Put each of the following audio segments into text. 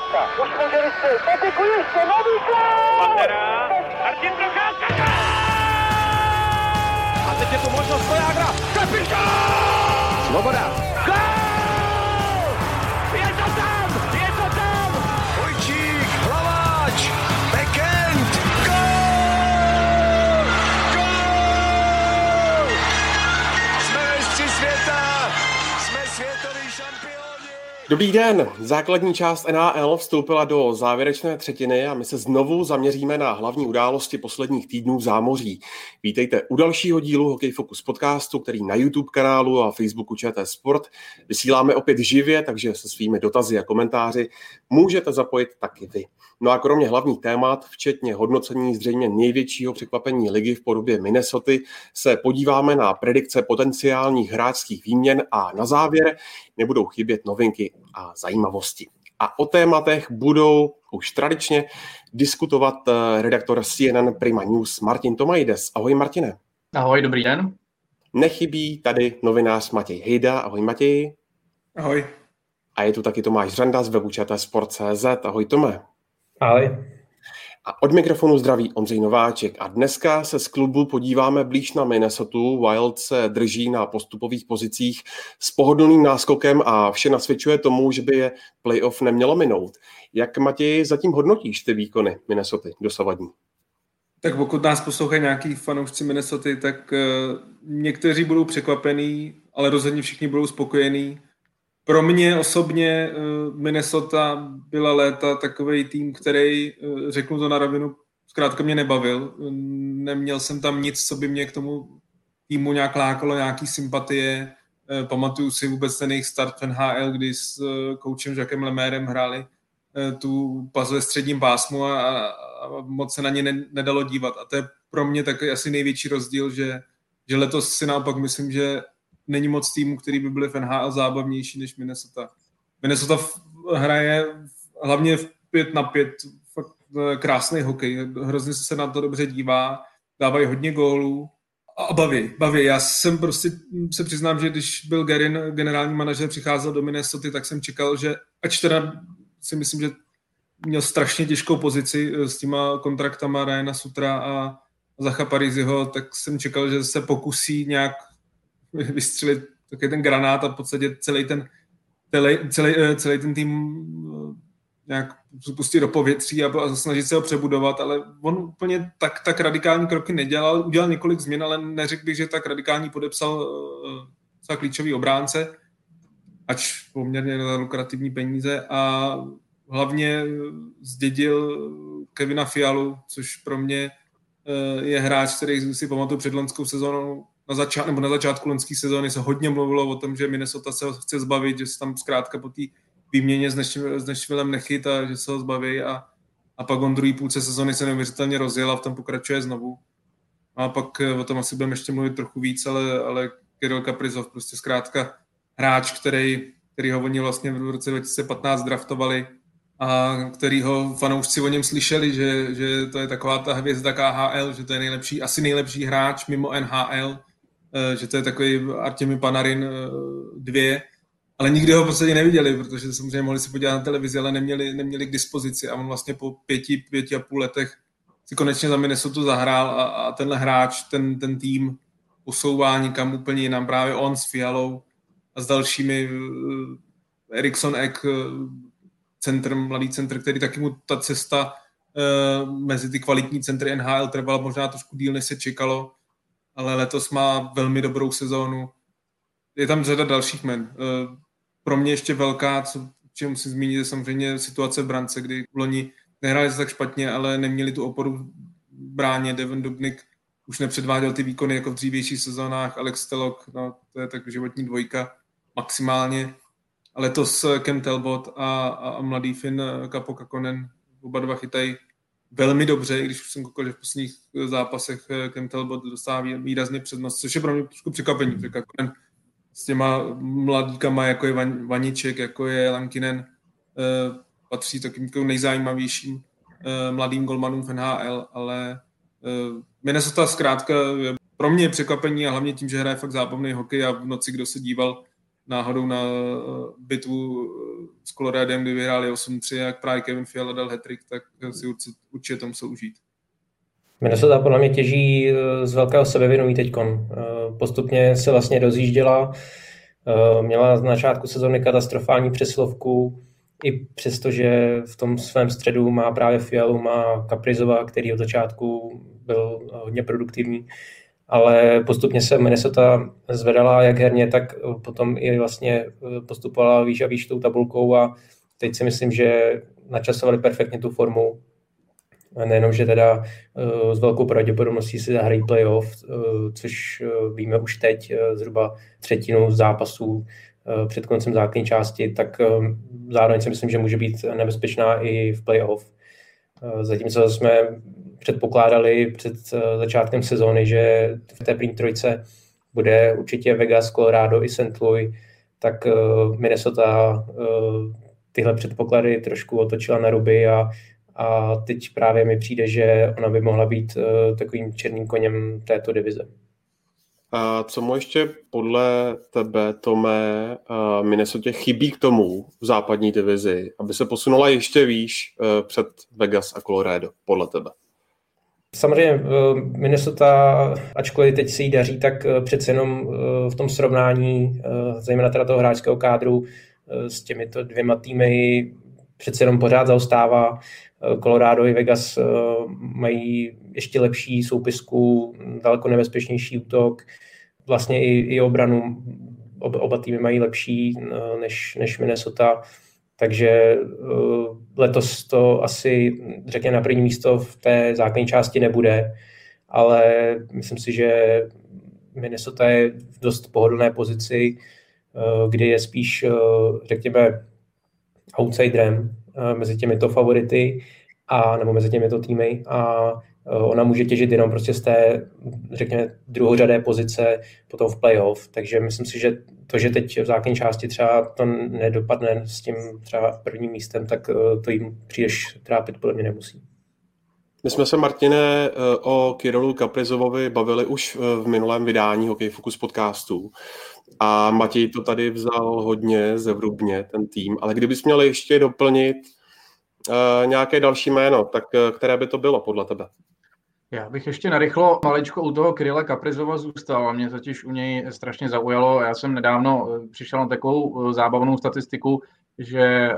Už může vystřelit, Patiku ještě, nový gól! Pantera, Martin Procházka! A teď je tu možnost Vojágra, kapitán! Svoboda! Gól! Je to tam! Je to tam! Vojčík, Hlaváč, Bekend, gól! Gól! Jsme mistři světa! Jsme světoví šampioni! Dobrý den, základní část NHL vstoupila do závěrečné třetiny a my se znovu zaměříme na hlavní události posledních týdnů v zámoří. Vítejte u dalšího dílu Hokej Focus podcastu, který na YouTube kanálu a Facebooku ČT Sport vysíláme opět živě, takže se svými dotazy a komentáři můžete zapojit taky vy. No a kromě hlavních témat, včetně hodnocení zřejmě největšího překvapení ligy v podobě Minnesoty, se podíváme na predikce potenciálních hráčských výměn a na závěr nebudou chybět novinky a zajímavosti. A o tématech budou už tradičně diskutovat redaktor CNN Prima News Martin Tomajdes. Ahoj Martine. Ahoj, dobrý den. Nechybí tady novinář Matěj Hejda. Ahoj Matěj. Ahoj. A je tu taky Tomáš Řanda z webu ČT-sport.cz. Ahoj Tome. Ahoj. A od mikrofonu zdraví Ondřej Nováček. A dneska se z klubu podíváme blíž na Minnesotu. Wild se drží na postupových pozicích s pohodlným náskokem a vše nasvědčuje tomu, že by je playoff nemělo minout. Jak, Matěj, zatím hodnotíš ty výkony Minnesoty dosavadní? Tak pokud nás poslouchají nějaký fanoušci Minnesoty, tak někteří budou překvapení, ale rozhodně všichni budou spokojení. Pro mě osobně Minnesota byla léta takovej tým, který, řeknu to na rovinu, zkrátka mě nebavil. Neměl jsem tam nic, co by mě k tomu týmu nějak lákalo, nějaký sympatie. Pamatuju si vůbec ten jejich start v NHL, kdy s koučem Jacquem Lemérem hráli tu pas ve středním pásmu a moc se na ně nedalo dívat. A to je pro mě taky asi největší rozdíl, že letos si naopak myslím, že není moc týmů, který by byly v NHL zábavnější než Minnesota. Minnesota hraje hlavně v 5-5 fakt krásný hokej. Hrozně se na to dobře dívá, dávají hodně gólů a baví. Já jsem prostě se přiznám, že když byl Guerin, generální manažer, přicházel do Minnesoty, tak jsem čekal, že ač teda si myslím, že měl strašně těžkou pozici s těma kontraktama Ryana Sutra a Zacha Pariziho, tak jsem čekal, že se pokusí nějak vystřelit taky ten granát a v podstatě celý ten tým nějak pustit do povětří a snažit se ho přebudovat, ale on úplně tak radikální kroky nedělal, udělal několik změn, ale neřekl bych, že tak radikální podepsal za klíčový obránce, ač poměrně lukrativní peníze a hlavně zdědil Kevina Fialu, což pro mě je hráč, který si pamatuju před loňskou sezónou, na začátku loňské sezóny se hodně mluvilo o tom, že Minnesota se ho chce zbavit, že se tam zkrátka po té výměně s Nashvillem nechyt a že se ho zbaví a pak on druhý půlce sezóny se neuvěřitelně rozjel a v tom pokračuje znovu. A pak o tom asi budeme ještě mluvit trochu víc, ale Kirill Kaprizov prostě zkrátka hráč, který ho oni vlastně v roce 2015 draftovali a kterýho fanoušci o něm slyšeli, že to je taková ta hvězda KHL, že to je asi nejlepší hráč mimo NHL, že to je takový Artemi Panarin 2, ale nikdy ho v podstatě neviděli, protože samozřejmě mohli si podívat na televizi, ale neměli k dispozici a on vlastně po 5,5 letech si konečně za Minnesota zahrál a tenhle hráč, ten tým posouvá nikam úplně jinam, právě on s Fialou a s dalšími Eriksson Ek, mladý centr, který taky mu ta cesta mezi ty kvalitní centry NHL trvala možná trošku díl, než se čekalo, ale letos má velmi dobrou sezónu. Je tam řada dalších men. Pro mě ještě velká, co musím zmínit, je samozřejmě situace v brance, kdy v loni nehráli se tak špatně, ale neměli tu oporu v bráně. Devin Dubnyk už nepředváděl ty výkony jako v dřívějších sezónách. Alex Stelok, no, to je tak životní dvojka maximálně. A letos Cam Talbot a mladý Finn Kaapo Kähkönen oba dva chytají velmi dobře, i když už jsem koukal, že v posledních zápasech Cam Talbot dostává výrazně přednost, což je pro mě trošku překvapení, protože Kähkönen s těma mladíkama, jako je Vaniček, jako je Lankinen, patří takým nejzajímavějším mladým golmanům v NHL, ale Minnesota zkrátka je pro mě překvapení a hlavně tím, že hraje fakt zábavný hokej a v noci, kdo se díval náhodou na bitvu s Coloradem, kdy vyhráli 8-3, jak právě Kevin Fiala dal hat-trick, tak si určitě to musel užít. Minnesota podle mě těží z velkého sebevědomí teďkon. Postupně se vlastně rozjížděla, měla na začátku sezóny katastrofální přesilovku, i přesto, že v tom svém středu má právě Fialu, má Kaprizova, který od začátku byl hodně produktivní, ale postupně se Minnesota zvedala jak herně, tak potom i vlastně postupovala výš a výš tou tabulkou a teď si myslím, že načasovali perfektně tu formu. Nejenom, že teda s velkou pravděpodobností si zahrají playoff, což víme už teď, zhruba třetinu zápasů před koncem základní části, tak zároveň si myslím, že může být nebezpečná i v playoff. Zatímco jsme předpokládali před začátkem sezóny, že v té první trojce bude určitě Vegas, Colorado i St. Louis, tak Minnesota tyhle předpoklady trošku otočila na ruby a teď právě mi přijde, že ona by mohla být takovým černým koněm této divize. A co mu ještě podle tebe, Tome, Minnesota chybí k tomu v západní divizi, aby se posunula ještě výš před Vegas a Colorado, podle tebe? Samozřejmě Minnesota, ačkoliv teď se jí daří, tak přece jenom v tom srovnání, zejména teda toho hráčského kádru s těmito dvěma týmy přece jenom pořád zaostává. Colorado i Vegas mají ještě lepší soupisku, daleko nebezpečnější útok. Vlastně i obranu oba týmy mají lepší než Minnesota. Takže letos to asi, řekněme, na první místo v té základní části nebude, ale myslím si, že Minnesota je v dost pohodlné pozici, kdy je spíš, řekněme, outsiderem mezi těmito favority nebo mezi těmito týmy a ona může těžit jenom prostě z té, řekněme, druhořadé pozice potom v playoff, takže myslím si, že to, že teď v základní části třeba to nedopadne s tím třeba prvním místem, tak to jim příliš trápit podle mě nemusí. My jsme se, Martine, o Kyrilu Kaprizovovi bavili už v minulém vydání Hokej Focus podcastu a Matěj to tady vzal hodně zevrubně, ten tým, ale kdybys měl ještě doplnit nějaké další jméno, tak které by to bylo podle tebe? Já bych ještě narychlo maličko u toho Kirila Kaprizova zůstal a mě totiž u něj strašně zaujalo. Já jsem nedávno přišel na takovou zábavnou statistiku, že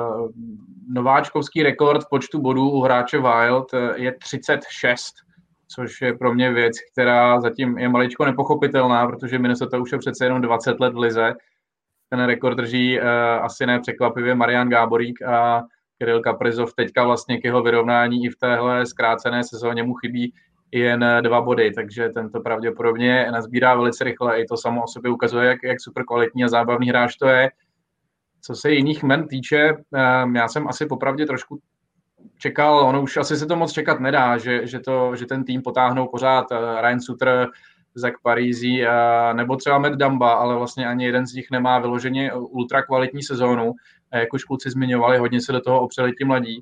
nováčkovský rekord v počtu bodů u hráče Wild je 36, což je pro mě věc, která zatím je maličko nepochopitelná, protože Minnesota už je přece jenom 20 let v lize. Ten rekord drží asi nepřekvapivě Marian Gáborík a Kiril Kaprizov teďka vlastně k jeho vyrovnání i v téhle zkrácené sezóně mu chybí jen 2 body, takže tento pravděpodobně nazbírá velice rychle. I to samo o sobě ukazuje, jak super kvalitní a zábavný hráč to je. Co se jiných men týče, já jsem asi popravdě trošku čekal, ono už asi se to moc čekat nedá, že ten tým potáhnou pořád Ryan Suter, Zach Parise nebo třeba Matt Dumba, ale vlastně ani jeden z nich nemá vyloženě ultra kvalitní sezónu. Jak už kluci zmiňovali, hodně se do toho opřeli ti mladí.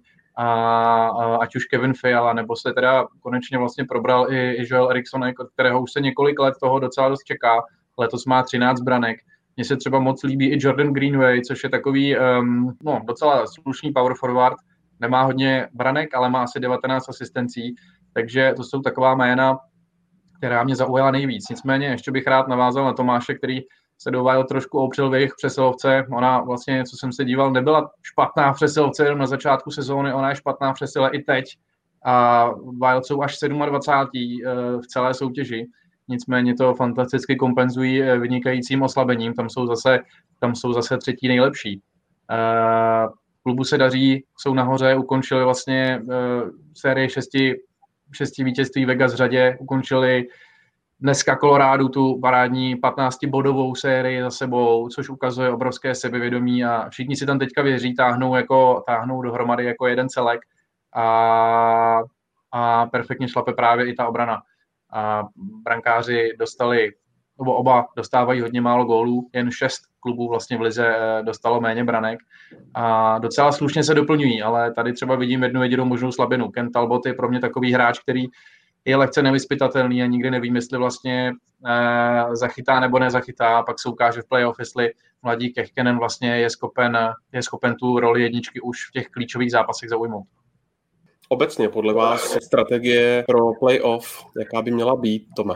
Ať už Kevin Fiala, nebo se teda konečně vlastně probral i Joel Eriksson, od kterého už se několik let toho docela dost čeká. Letos má 13 branek. Mně se třeba moc líbí i Jordan Greenway, což je takový docela slušný power forward. Nemá hodně branek, ale má asi 19 asistencí. Takže to jsou taková jména, která mě zaujala nejvíc. Nicméně ještě bych rád navázal na Tomáše, který se do Wild trošku opřel v jejich přesilovce. Ona vlastně, co jsem se díval, nebyla špatná v přesilovce jenom na začátku sezóny, ona je špatná v přesile i teď. A Wild jsou až 27. v celé soutěži. Nicméně to fantasticky kompenzují vynikajícím oslabením. Tam jsou zase třetí nejlepší. Klubu se daří, jsou nahoře, ukončili vlastně sérii 6 vítězství Vegas v řadě, ukončili dneska Colorado tu parádní 15-bodovou sérii za sebou, což ukazuje obrovské sebevědomí a všichni si tam teďka věří, táhnou dohromady jako jeden celek a perfektně šlape právě i ta obrana. A brankáři oba dostávají hodně málo gólů, jen 6 klubů vlastně v lize dostalo méně branek a docela slušně se doplňují, ale tady třeba vidím jednu jedinou možnou slabinu. Ken Talbot je pro mě takový hráč, který je lehce nevyzpytatelný a nikdy nevím, jestli vlastně zachytá nebo nezachytá, pak se ukáže v playoff, jestli mladý Kehkenen vlastně je schopen tu roli jedničky už v těch klíčových zápasech zaujmout. Obecně podle vás strategie pro playoff, jaká by měla být, Tome?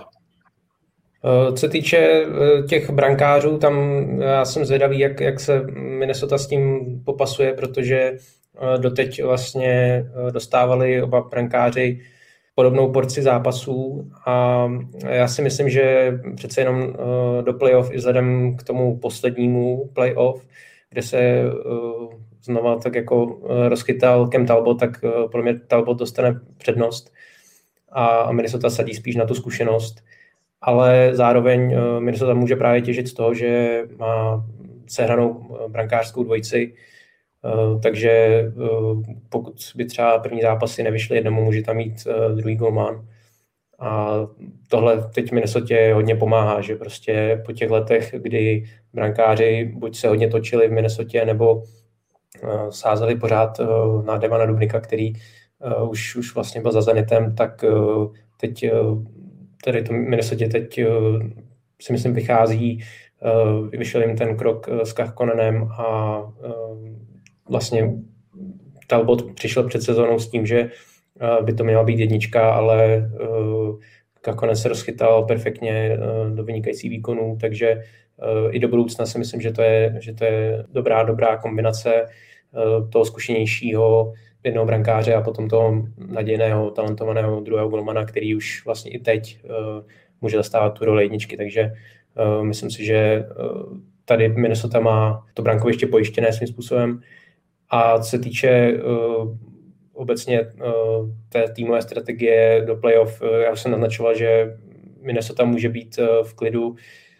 Co se týče těch brankářů, tam já jsem zvědavý, jak se Minnesota s tím popasuje, protože doteď vlastně dostávali oba brankáři podobnou porci zápasů a já si myslím, že přece jenom do playoff i vzhledem k tomu poslednímu playoff, kde se znova tak jako rozchytal Cam Talbot, tak podle mě Talbot dostane přednost a Minnesota sadí spíš na tu zkušenost. Ale zároveň Minnesota může právě těžit z toho, že má sehranou brankářskou dvojici, takže pokud by třeba první zápasy nevyšly jednomu, může tam mít druhý golman. A tohle teď Minnesotě hodně pomáhá, že prostě po těch letech, kdy brankáři buď se hodně točili v Minnesotě, nebo sázeli pořád na Devana Dubnyka, který už vlastně byl za Zenitem, tak teď tady to Minnesotě teď si myslím vychází, vyšel jim ten krok s Kahkonenem a vlastně Talbot přišel před sezónou s tím, že by to měla být jednička, ale Kahkonen se rozchytal perfektně do vynikajících výkonů, takže i do budoucna si myslím, že to je dobrá kombinace toho zkušenějšího jednoho brankáře a potom toho nadějného, talentovaného druhého golmana, který už vlastně i teď může zastávat tu roli jedničky, takže myslím si, že tady Minnesota má to brankoviště pojištěné svým způsobem. A co se týče obecně té týmové strategie do playoff, já už jsem naznačoval, že Minnesota může být v klidu.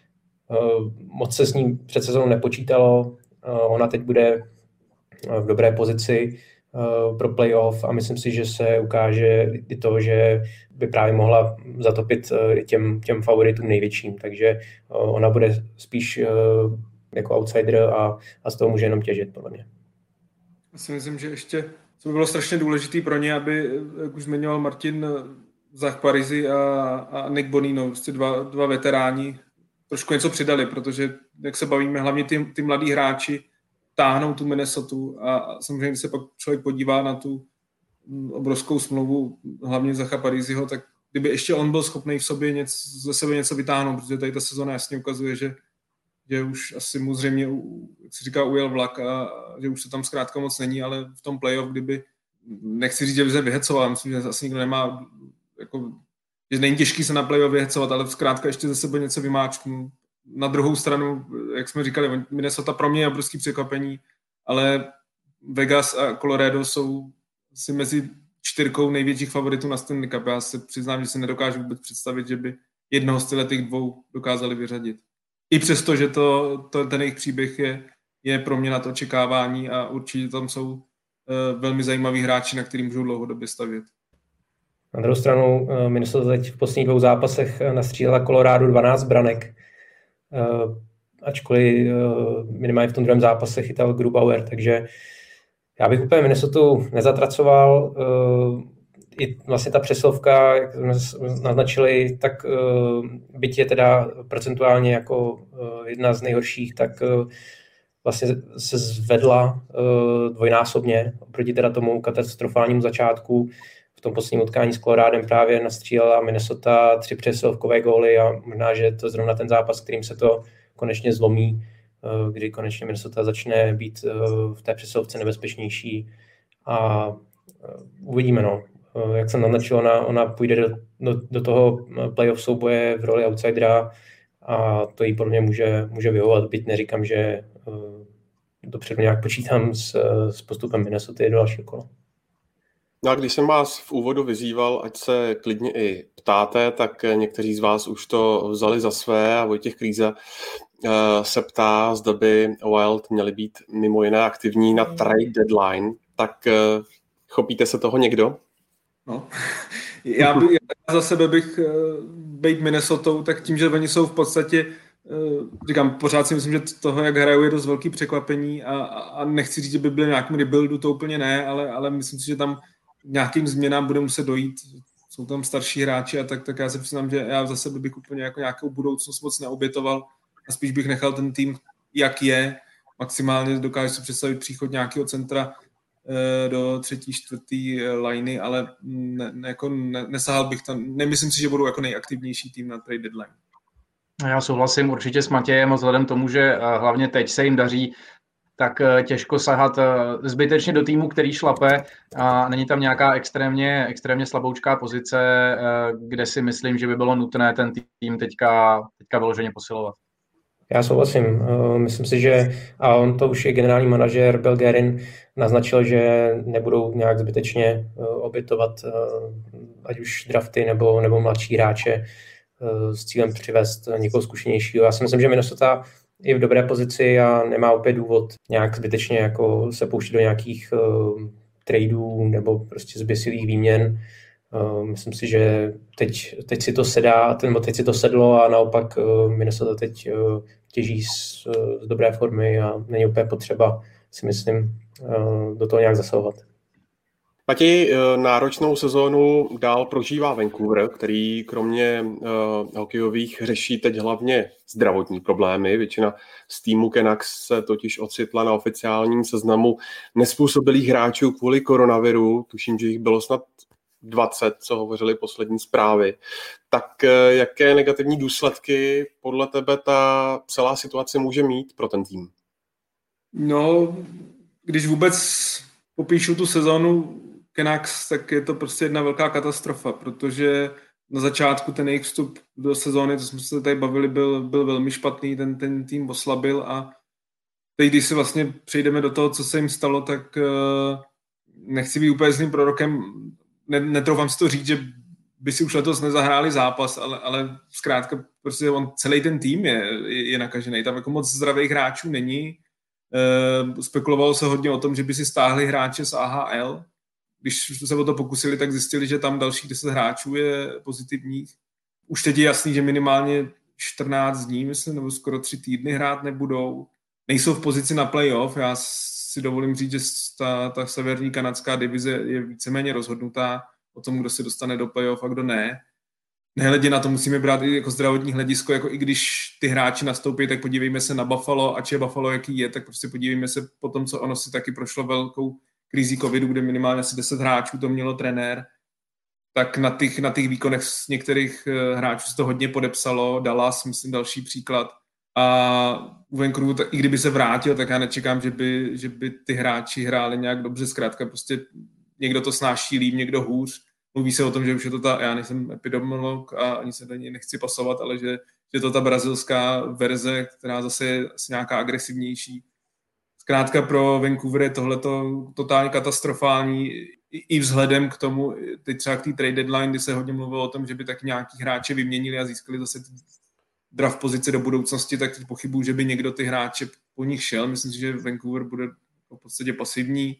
Moc se s ní před sezónou nepočítalo, ona teď bude v dobré pozici pro playoff a myslím si, že se ukáže i to, že by právě mohla zatopit těm favoritům největším, takže ona bude spíš jako outsider a z toho může jenom těžit, podle mě. Já si myslím, že ještě to by bylo strašně důležité pro ně, aby, jak už zmiňoval Martin, Zach Parise a Nick Bonino, prostě dva veteráni, trošku něco přidali, protože, jak se bavíme, hlavně ty mladí hráči táhnou tu Minnesotu a samozřejmě, když se pak člověk podívá na tu obrovskou smlouvu, hlavně Zacha Pariseho, tak kdyby ještě on byl schopný v sobě ze sebe něco vytáhnout, protože tady ta sezona jasně ukazuje, že už asi mu zřejmě, jak se říká, ujel vlak a že už se tam zkrátka moc není, ale v tom playoff, kdyby, nechci říct, že by se vyhecoval, myslím, že asi nikdo nemá, jako, že není těžký se na playoff vyhecovat, ale zkrátka ještě ze sebe něco vymáčknu. Na druhou stranu, jak jsme říkali, Minnesota pro mě je obrovský překvapení, ale Vegas a Colorado jsou si mezi 4 největších favoritů na Stanley Cup. Já se přiznám, že si nedokážu vůbec představit, že by jednoho z těch dvou dokázali vyřadit. I přesto, že ten jejich příběh je pro mě nad očekávání a určitě tam jsou velmi zajímaví hráči, na který můžou dlouhodobě stavět. Na druhou stranu Minnesota teď v posledních 2 zápasech nastřílela Colorado 12 branek, ačkoliv minimálně v tom druhém zápase chytal Grubauer, takže já bych úplně Minnesotu nezatracoval. I vlastně ta přesilovka, jak jsme naznačili, tak byť je teda procentuálně jako jedna z nejhorších, tak vlastně se zvedla dvojnásobně oproti teda tomu katastrofálnímu začátku. V tom posledním utkání s Colorádem právě nastřílela Minnesota 3 přesilovkové góly a možná, že to zrovna ten zápas, kterým se to konečně zlomí, kdy konečně Minnesota začne být v té přesilovce nebezpečnější a uvidíme, no. Jak jsem naznačil, ona půjde do toho playoff souboje v roli outsidera a to jí podle mě může vyhovovat, byť neříkám, že dopředu nějak počítám s postupem Minnesota do dalšího kola. No a když jsem vás v úvodu vyzýval, ať se klidně i ptáte, tak někteří z vás už to vzali za své a Vojtěch Klíza se ptá, zda by Wild měli být mimo jiné aktivní na trade deadline, tak chopíte se toho někdo? No, já za sebe bych být Minnesotou, tak tím, že oni jsou v podstatě, říkám, pořád si myslím, že toho, jak hrajou, je dost velký překvapení a nechci říct, že by byly nějakým rebuildu, to úplně ne, ale myslím si, že tam nějakým změnám bude muset dojít, jsou tam starší hráči a tak já se přiznám, že já za sebe bych úplně jako nějakou budoucnost moc neobětoval a spíš bych nechal ten tým, jak je. Maximálně dokážu si představit příchod nějakého centra do 3., 4. liney, ale nesahal bych tam. Nemyslím si, že budou jako nejaktivnější tým na trade deadline. Já souhlasím určitě s Matějem, vzhledem tomu, že hlavně teď se jim daří tak těžko sahat zbytečně do týmu, který šlape a není tam nějaká extrémně slaboučká pozice, kde si myslím, že by bylo nutné ten tým teďka vyloženě posilovat. Já souhlasím. Myslím si, že a on to už je generální manažer Bill Guerin naznačil, že nebudou nějak zbytečně obětovat ať už drafty nebo mladší hráče s cílem přivést někoho zkušenějšího. Já si myslím, že Minnesota je v dobré pozici a nemá opět důvod nějak zbytečně jako se pouštět do nějakých tradeů nebo prostě zběsilých výměn. Myslím si, že teď si to sedá, teď si to sedlo a naopak Minnesota teď těží z dobré formy a není úplně potřeba, si myslím, do toho nějak zasahovat. Matěj, náročnou sezónu dál prožívá Vancouver, který kromě hokejových řeší teď hlavně zdravotní problémy. Většina z týmu Canucks se totiž ocitla na oficiálním seznamu nezpůsobilých hráčů kvůli koronaviru. Tuším, že jich bylo snad 20, co hovořili poslední zprávy. Tak jaké negativní důsledky podle tebe ta celá situace může mít pro ten tým? No, když vůbec popíšu tu sezónu Canucks, tak je to prostě jedna velká katastrofa, protože na začátku ten jejich vstup do sezóny, to jsme se tady bavili, byl velmi špatný, ten tým oslabil a teď, když si vlastně přejdeme do toho, co se jim stalo, tak nechci být úplně zlým prorokem, netroufám si to říct, že by si už letos nezahráli zápas, ale zkrátka prostě celý ten tým je nakažený. Tam jako moc zdravých hráčů není. Spekulovalo se hodně o tom, že by si stáhli hráče z AHL. Když se o to pokusili, tak zjistili, že tam dalších 10 hráčů je pozitivních. Už teď je jasný, že minimálně 14 dní, myslím, nebo skoro 3 týdny hrát nebudou. Nejsou v pozici na playoff. Já si dovolím říct, že ta severní kanadská divize je víceméně rozhodnutá o tom, kdo se dostane do playoff a kdo ne. Nehledě na to musíme brát i jako zdravotní hledisko, jako i když ty hráči nastoupí, tak podívejme se na Buffalo, ač je Buffalo jaký je, tak prostě podívejme se po tom, co ono si taky prošlo velkou krizí covidu, kde minimálně asi 10 hráčů to mělo trenér, tak na těch výkonech z některých hráčů se to hodně podepsalo, Dallas, myslím, další příklad. A u Vancouveru, i kdyby se vrátil, tak já nečekám, že by ty hráči hráli nějak dobře, zkrátka prostě někdo to snáší líp, někdo hůř. Mluví se o tom, že už je to já nejsem epidemiolog a ani se do něj nechci pasovat, ale že je to ta brazilská verze, která zase je nějaká agresivnější. Zkrátka pro Vancouver je tohleto totálně katastrofální i vzhledem k tomu, teď třeba k té trade deadline, kdy se hodně mluvilo o tom, že by tak nějaký hráče vyměnili a získali zase draft pozice do budoucnosti, tak teď pochybuju, že by někdo ty hráče po nich šel. Myslím si, že Vancouver bude v podstatě pasivní.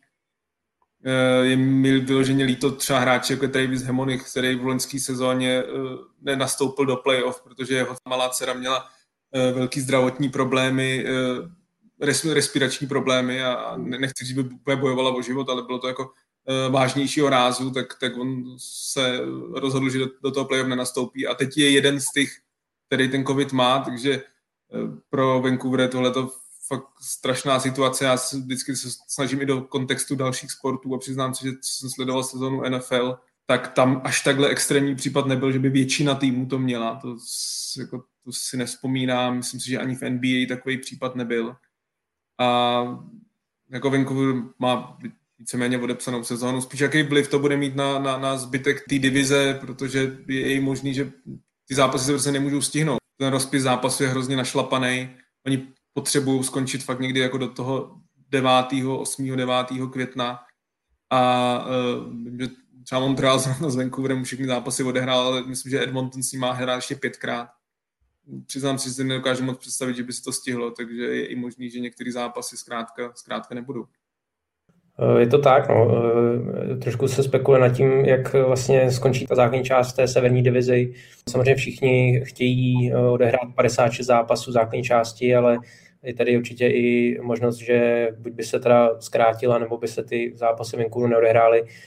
Je mi vyloženě líto třeba hráče jako Travis Hamonic, který v loňské sezóně nenastoupil do playoff, protože jeho malá dcera měla velký zdravotní problémy, respirační problémy a nechci říct, že by úplně bojovala o život, ale bylo to jako vážnějšího rázu, tak on se rozhodl, že do toho playoff nenastoupí a teď je jeden z těch, který ten covid má, takže pro Vancouver je tohleto fakt strašná situace. Já se vždycky snažím i do kontextu dalších sportů a přiznám se, že jsem sledoval sezónu NFL, tak tam až takhle extrémní případ nebyl, že by většina týmů to měla. To si nevzpomínám, myslím si, že ani v NBA takový případ nebyl. A jako Vancouver má víceméně odepsanou sezónu. Spíš jaký vliv to bude mít na zbytek té divize, protože je možný, že ty zápasy se prostě nemůžou stihnout. Ten rozpis zápasu je hrozně našlapaný. Oni potřebují skončit fakt někdy jako do toho 8. 9. května a že třeba Montreal zrovna s Vancouverem všechny zápasy odehrál, ale myslím, že Edmonton s ním má hrát ještě 5krát. Přiznám si, že si nedokážu moc představit, že by se to stihlo, takže je i možný, že některé zápasy zkrátka nebudou. Je to tak, no. Trošku se spekuluje nad tím, jak vlastně skončí ta základní část té severní divizi. Samozřejmě všichni chtějí odehrát 56 zápasů základní části, ale je tady určitě i možnost, že buď by se teda zkrátila, nebo by se ty zápasy Vancouveru neodehrály.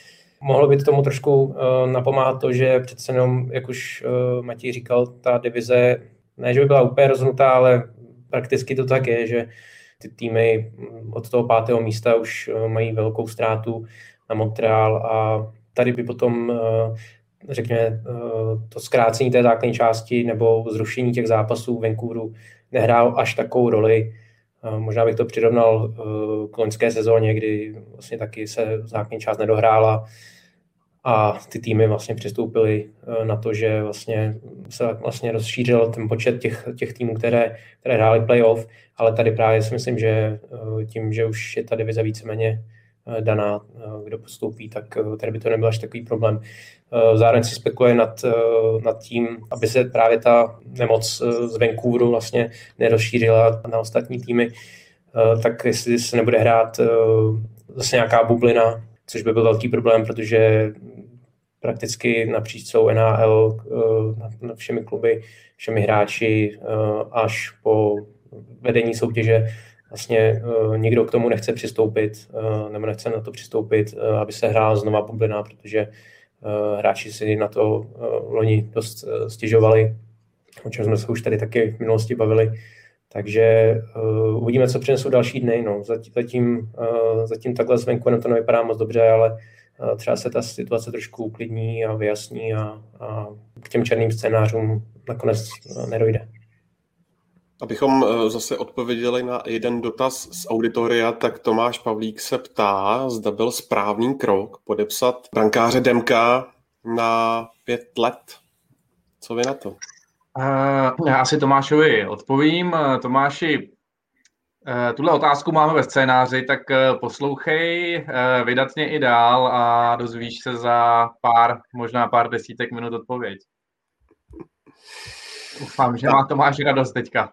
mohlo by tomu trošku napomáhat to, že přece jenom, jak už Matěj říkal, ta divize, ne, že by byla úplně rozhodnutá, ale prakticky to tak je, že ty týmy od toho 5. místa už mají velkou ztrátu na Montreal a tady by potom, řekněme, to zkrácení té základní části nebo zrušení těch zápasů v Vancouveru nehrál až takovou roli. Možná bych to přirovnal k loňské sezóně, kdy vlastně taky se základní část nedohrála a ty týmy vlastně přistoupily na to, že vlastně se vlastně rozšířil ten počet těch týmů, které hrály playoff, ale tady právě si myslím, že tím, že už je ta divize víceméně daná, kdo postoupí, tak tady by to nebyl až takový problém. Zároveň si spekuluje nad tím, aby se právě ta nemoc z Vancouveru vlastně nerozšířila na ostatní týmy, tak jestli se nebude hrát zase nějaká bublina, což by byl velký problém, protože prakticky napříč celou NHL, na všemi kluby, všemi hráči až po vedení soutěže vlastně nikdo k tomu nechce přistoupit, nebo nechce na to přistoupit, aby se hrála znova bublina, protože hráči si na to loni dost stěžovali, o čem jsme se už tady taky v minulosti bavili. Takže uvidíme, co přinesou další dny. No. Zatím takhle s Vancouverem to nevypadá moc dobře, ale třeba se ta situace trošku uklidní a vyjasní a k těm černým scénářům nakonec nedojde. Abychom zase odpověděli na jeden dotaz z auditoria, tak Tomáš Pavlík se ptá, zda byl správný krok podepsat brankáře Demka na 5 let. Co vy na to? Já asi Tomášovi odpovím. Tomáši, tuhle otázku máme ve scénáři, tak poslouchej vydatně i dál a dozvíš se za možná pár desítek minut odpověď. Doufám, že má Tomáš radost teďka.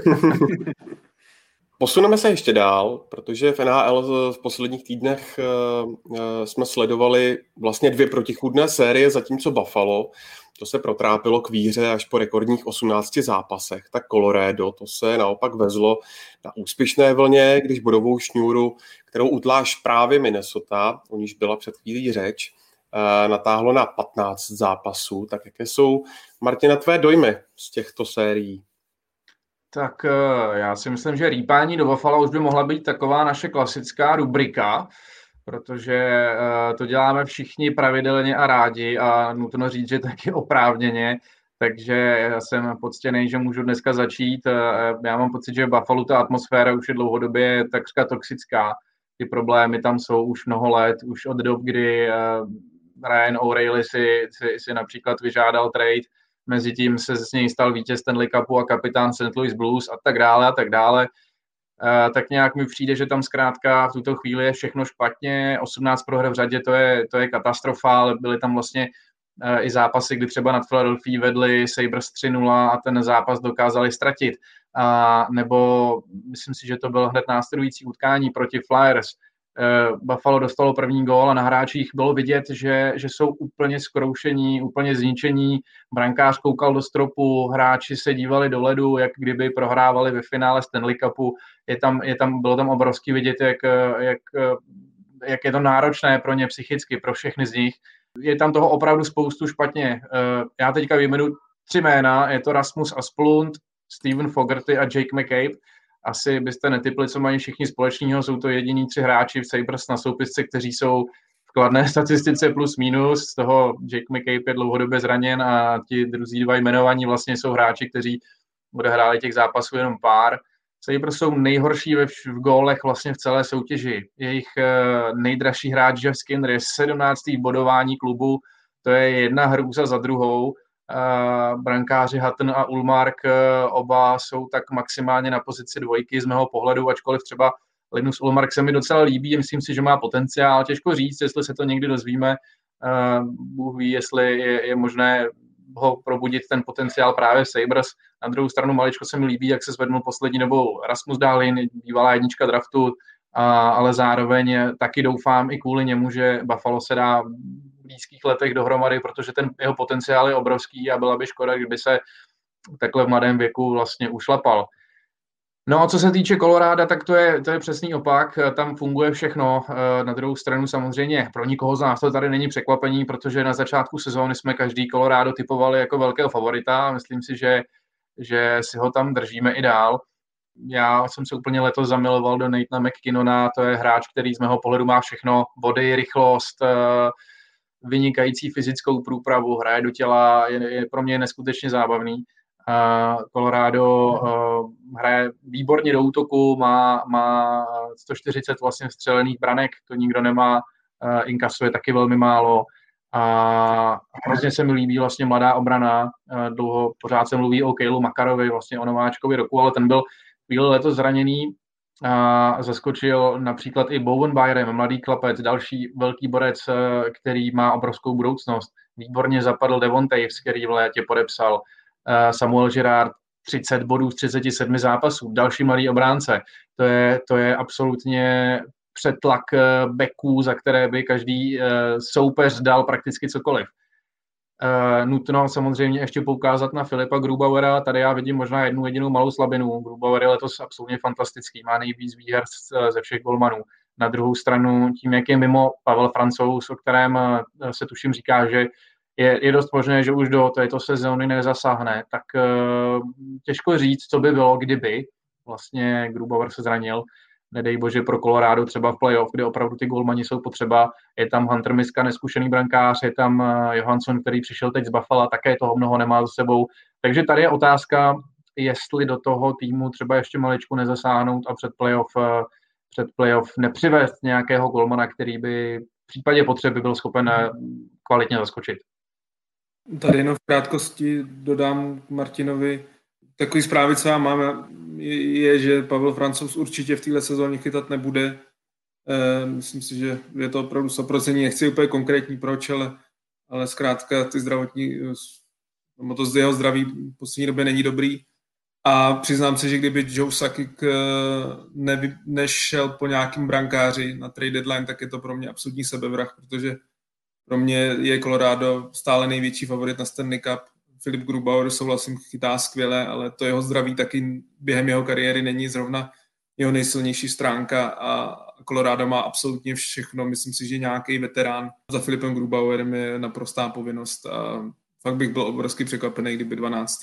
Posuneme se ještě dál, protože v NHL v posledních týdnech jsme sledovali vlastně 2 protichůdné série, zatímco Buffalo, to se protrápilo k výhře až po rekordních 18 zápasech, tak Colorado, to se naopak vezlo na úspěšné vlně, když bodovou šňůru, kterou utláš právě Minnesota, o níž byla před chvílí řeč, natáhlo na 15 zápasů. Tak jaké jsou, Martina, tvé dojmy z těchto sérií? Tak já si myslím, že rýpání do Buffalo už by mohla být taková naše klasická rubrika, protože to děláme všichni pravidelně a rádi a nutno říct, že taky oprávněně, takže já jsem poctěný, že můžu dneska začít. Já mám pocit, že v Buffalo ta atmosféra už je dlouhodobě takřka toxická. Ty problémy tam jsou už mnoho let, už od dob, kdy Ryan O'Reilly si například vyžádal trade, mezitím se z něj stal vítěz Stanley Cupu a kapitán St. Louis Blues a tak dále a tak dále. Tak nějak mi přijde, že tam zkrátka v tuto chvíli je všechno špatně, 18 proher v řadě, to je katastrofa, ale byly tam vlastně i zápasy, kdy třeba nad Philadelphia vedli Sabres 3-0 a ten zápas dokázali ztratit. Nebo myslím si, že to byl hned následující utkání proti Flyers. Buffalo dostalo první gól a na hráčích bylo vidět, že jsou úplně zkroušení, úplně zničení. Brankář koukal do stropu, hráči se dívali do ledu, jak kdyby prohrávali ve finále Stanley Cupu. Bylo tam obrovský vidět, jak je to náročné pro ně psychicky, pro všechny z nich. Je tam toho opravdu spoustu špatně. Já teďka vyjmenuji 3 jména, je to Rasmus Asplund, Steven Fogarty a Jake McCabe. Asi byste netipli, co mají všichni společného, jsou to jediní 3 hráči v Sabres na soupisce, kteří jsou v kladné statistice plus minus, z toho Jake McCabe je dlouhodobě zraněn a ti druzí 2 jmenovaní vlastně jsou hráči, kteří odehráli těch zápasů jenom pár. Sabres jsou nejhorší v gólech vlastně v celé soutěži. Jejich nejdražší hráč Jeff Skinner je 17. bodování klubu, to je jedna hrůza za druhou. Brankáři Hutton a Ullmark oba jsou tak maximálně na pozici 2 z mého pohledu, ačkoliv třeba Linus Ullmark se mi docela líbí, myslím si, že má potenciál, těžko říct, jestli se to někdy dozvíme, Bůh ví, jestli je možné ho probudit ten potenciál právě v Sabres. Na druhou stranu maličko se mi líbí, jak se zvednul poslední dobou Rasmus Dahlin, bývalá jednička draftu, ale zároveň taky doufám i kvůli němu, že Buffalo se dá v blízkých letech dohromady, protože ten jeho potenciál je obrovský a byla by škoda, kdyby se takhle v mladém věku vlastně ušlapal. No a co se týče Koloráda, tak to je přesný opak, tam funguje všechno. Na druhou stranu samozřejmě pro nikoho z nás to tady není překvapení, protože na začátku sezóny jsme každý Colorado typovali jako velkého favorita a myslím si, že si ho tam držíme i dál. Já jsem se úplně letos zamiloval do Nathana McKinnona, to je hráč, který z mého pohledu má všechno, body, rychlost, vynikající fyzickou průpravu, hraje do těla, je pro mě neskutečně zábavný. Colorado hraje výborně do útoku, má 140 vlastně vstřelených branek, to nikdo nemá, inkasuje taky velmi málo. A hrozně se mi líbí vlastně mladá obrana, pořád se mluví o Kailu Makarovi, vlastně o nováčkovi roku, ale ten byl chvíli letos zraněný a zaskočil například i Bowen Byram, mladý chlapec, další velký borec, který má obrovskou budoucnost. Výborně zapadl Devon Toews, který v létě podepsal. Samuel Girard 30 bodů z 37 zápasů, další mladý obránce. To je absolutně přetlak backů, za které by každý soupeř dal prakticky cokoliv. Nutno samozřejmě ještě poukázat na Filipa Grubauera, tady já vidím možná jednu jedinou malou slabinu. Grubauer je letos absolutně fantastický, má nejvíc výher ze všech golmanů. Na druhou stranu, tím, jak je mimo Pavel Francouz, o kterém se tuším říká, že je dost možné, že už do této sezóny nezasáhne, tak těžko říct, co by bylo, kdyby vlastně Grubauer se zranil. Nedej bože pro Colorado třeba v playoff, kde opravdu ty golmani jsou potřeba. Je tam Hunter Miska, neskušený brankář, je tam Johansson, který přišel teď z Buffalo, také toho mnoho nemá za sebou. Takže tady je otázka, jestli do toho týmu třeba ještě maličku nezasáhnout a před playoff nepřivést nějakého golmana, který by v případě potřeby byl schopen kvalitně zaskočit. Tady jenom v krátkosti dodám Martinovi, takový zprávy, co já mám, je, že Pavel Francouz určitě v téhle sezóně chytat nebude. Myslím si, že je to opravdu 100%. Nechci úplně konkrétní proč, ale zkrátka ty to jeho zdraví v poslední době není dobrý. A přiznám se, že kdyby Joe Sakic nešel po nějakým brankáři na trade deadline, tak je to pro mě absolutní sebevrah, protože pro mě je Colorado stále největší favorit na Stanley Cup. Filip Grubauer, souhlasím, chytá skvěle, ale to jeho zdraví taky během jeho kariéry není zrovna jeho nejsilnější stránka a Colorado má absolutně všechno. Myslím si, že nějaký veterán za Filipem Grubauerem je naprostá povinnost a fakt bych byl obrovsky překvapený, kdyby 12.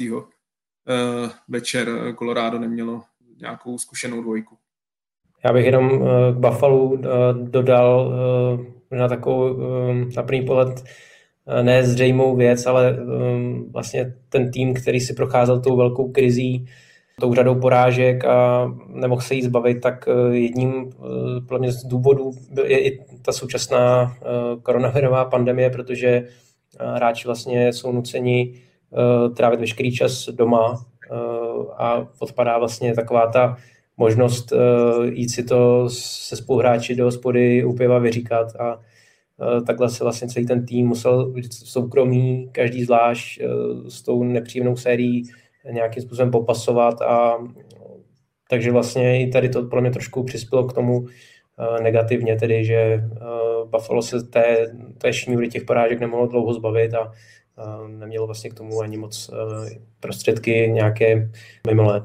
večer Colorado nemělo nějakou zkušenou dvojku. Já bych jenom k Buffalo dodal na takovou na první pohled ne zřejmou věc, ale vlastně ten tým, který si procházel tou velkou krizí, tou řadou porážek a nemohl se jí zbavit, tak jedním podle mě z důvodů je i ta současná koronavirová pandemie, protože hráči vlastně jsou nuceni trávit veškerý čas doma a odpadá vlastně taková ta možnost jít si to se spoluhráči do hospody u piva vyříkat a takhle se vlastně celý ten tým musel v soukromí, každý zvlášť s tou nepříjemnou sérií nějakým způsobem popasovat a takže vlastně i tady to podle mě trošku přispělo k tomu negativně, tedy že Buffalo se té šňůry těch porážek nemohlo dlouho zbavit a nemělo vlastně k tomu ani moc prostředky nějaké mimo let.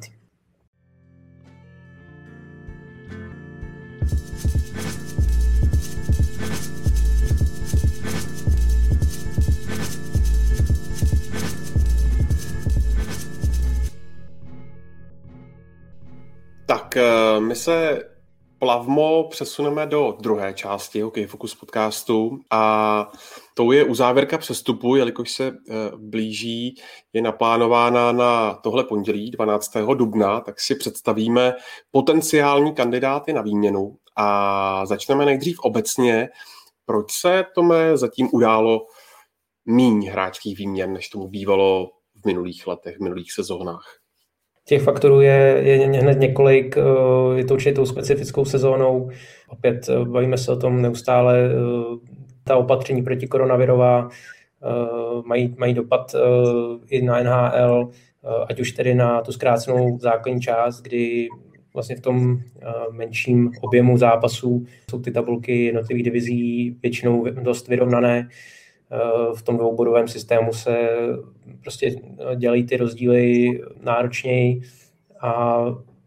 Tak my se plavmo přesuneme do druhé části Hokej Focus podcastu a tou je uzávěrka přestupu, jelikož se blíží, je naplánována na tohle pondělí 12. dubna, tak si představíme potenciální kandidáty na výměnu a začneme nejdřív obecně. Proč se, Tome, zatím událo míň hráčských výměn, než tomu bývalo v minulých letech, v minulých sezónách? Těch faktorů je hned několik, je to určitě tou specifickou sezónou. Opět bavíme se o tom neustále, ta opatření proti koronavirová mají dopad i na NHL, ať už tedy na tu zkrácenou základní část, kdy vlastně v tom menším objemu zápasů jsou ty tabulky jednotlivých divizí většinou dost vyrovnané. V tom dvoubodovém systému se prostě dělají ty rozdíly náročněji a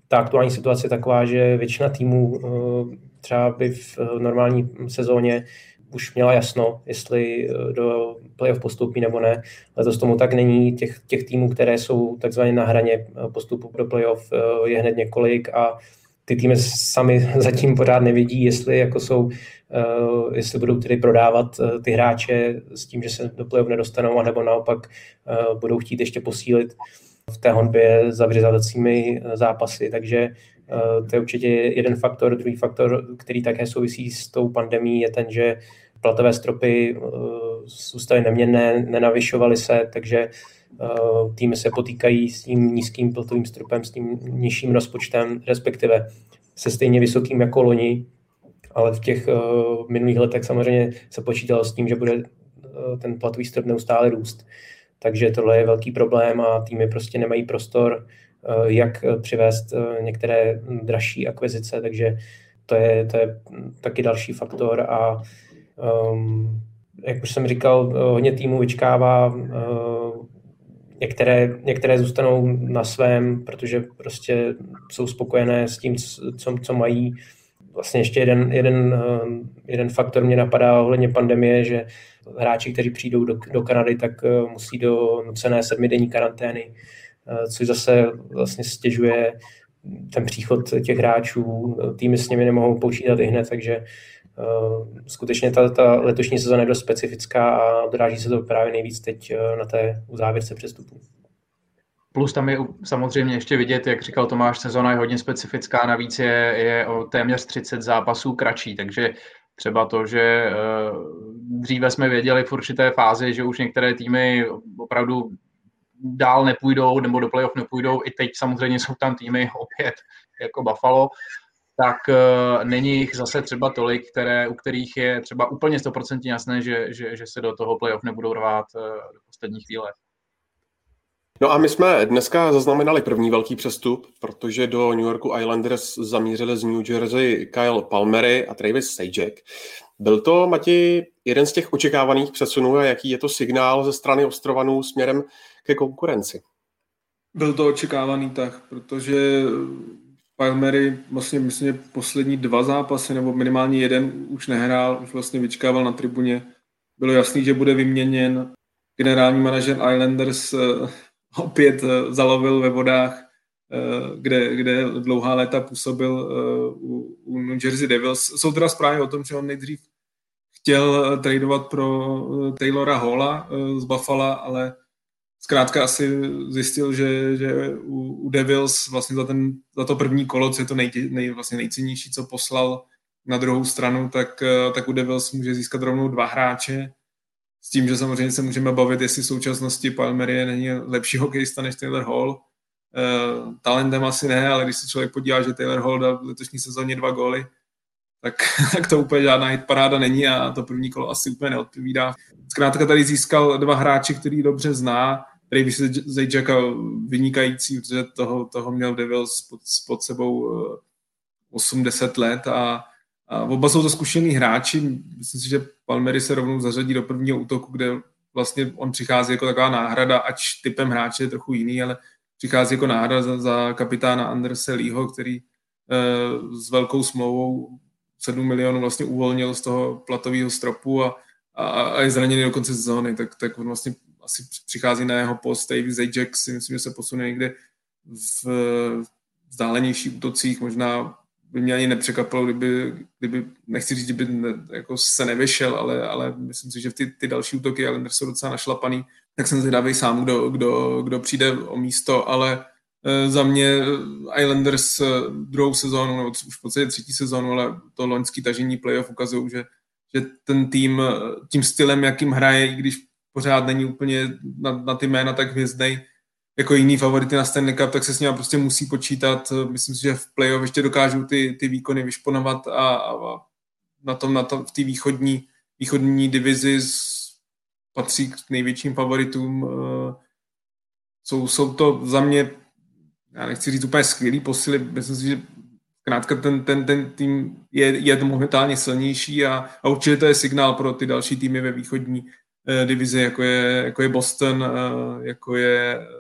ta aktuální situace je taková, že většina týmů třeba by v normální sezóně už měla jasno, jestli do playoff postoupí nebo ne. Letos tomu tak není. Těch týmů, které jsou takzvaně na hraně postupu do playoff, je hned několik a ty týmy sami zatím pořád nevědí, jestli budou tedy prodávat ty hráče s tím, že se do playoff nedostanou, anebo naopak budou chtít ještě posílit v té honbě za vyřazovacími zápasy. Takže to je určitě jeden faktor. Druhý faktor, který také souvisí s tou pandemií, je ten, že platové stropy zůstaly neměnné, nenavyšovaly se, takže týmy se potýkají s tím nízkým platovým stropem, s tím nižším rozpočtem, respektive se stejně vysokým jako loni, ale v těch minulých letech samozřejmě se počítalo s tím, že bude ten platový strop neustále růst. Takže tohle je velký problém a týmy prostě nemají prostor, jak přivést některé dražší akvizice, takže to je taky další faktor a jak už jsem říkal, hodně týmů vyčkává, některé zůstanou na svém, protože prostě jsou spokojené s tím, co mají. Vlastně ještě jeden faktor mě napadá ohledně pandemie, že hráči, kteří přijdou do Kanady, tak musí do nucené 7denní karantény, což zase vlastně stěžuje ten příchod těch hráčů. Týmy s nimi nemohou počítat i hned, takže skutečně ta letošní sezóna je dost specifická a odráží se to právě nejvíc teď na té uzávěrce přestupů. Plus tam je samozřejmě ještě vidět, jak říkal Tomáš, sezona je hodně specifická, navíc je o téměř 30 zápasů kratší, takže třeba to, že dříve jsme věděli v určité fázi, že už některé týmy opravdu dál nepůjdou nebo do playoff nepůjdou, i teď samozřejmě jsou tam týmy opět jako Buffalo, tak není jich zase třeba tolik, u kterých je třeba úplně 100% jasné, že se do toho playoff nebudou rvát do poslední chvíle. No a my jsme dneska zaznamenali první velký přestup, protože do New Yorku Islanders zamířili z New Jersey Kyle Palmieri a Travis Zajac. Byl to, Mati, jeden z těch očekávaných přesunů a jaký je to signál ze strany Ostrovanů směrem ke konkurenci? Byl to očekávaný tak, protože Palmieri vlastně myslím, že poslední 2 zápasy nebo minimálně jeden už nehrál, už vlastně vyčkával na tribuně. Bylo jasný, že bude vyměněn. Generální manažer Islanders opět zalovil ve vodách, kde dlouhá léta působil u New Jersey Devils. Jsou teda zprávy o tom, že on nejdřív chtěl tradovat pro Taylora Halla z Buffalo, ale zkrátka asi zjistil, že u Devils vlastně za to první kolo, co je to vlastně nejcennější, co poslal na druhou stranu, tak u Devils může získat rovnou 2 hráče. S tím, že samozřejmě se můžeme bavit, jestli v současnosti Palmieri není lepší hokejista než Taylor Hall. Talentem asi ne, ale když se člověk podívá, že Taylor Hall dal v letošní sezóně 2 góly, tak to úplně žádná hitparáda není a to první kolo asi úplně neodpovídá. Zkrátka tady získal 2 hráče, který dobře zná. Travis Zajaca vynikající, protože toho měl Devils pod sebou 8-10 let a oba jsou to zkušený hráči. Myslím si, že Palmieri se rovnou zařadí do prvního útoku, kde vlastně on přichází jako taková náhrada, ač typem hráče je trochu jiný, ale přichází jako náhrada za kapitána Anderse Leeho, který s velkou smlouvou 7 milionů vlastně uvolnil z toho platového stropu a je zraněný do konce sezóny, tak on vlastně asi přichází na jeho post. Travis Zajac si myslím, že se posune někde v vzdálenějších útocích, možná by mě ani nepřekvapilo, kdyby nechci říct, kdyby jako se nevyšel, ale myslím si, že ty další útoky Islanders jsou docela našlapaný, tak jsem zvědavý sám, kdo přijde o místo, ale za mě Islanders druhou sezónu, nebo už v podstatě 3. sezónu, ale to loňský tažení playoff ukazují, že ten tým tím stylem, jakým hraje, i když pořád není úplně na ty jména tak hvězdnej, jako jiný favority na Stanley Cup, tak se s ním prostě musí počítat. Myslím si, že v playoff ještě dokážou ty výkony vyšponovat a v té východní divizi patří k největším favoritům. Jsou to za mě, já nechci říct úplně skvělý posily, myslím si, že zkrátka ten tým je momentálně silnější a určitě to je signál pro ty další týmy ve východní divizi, jako je Boston, jako je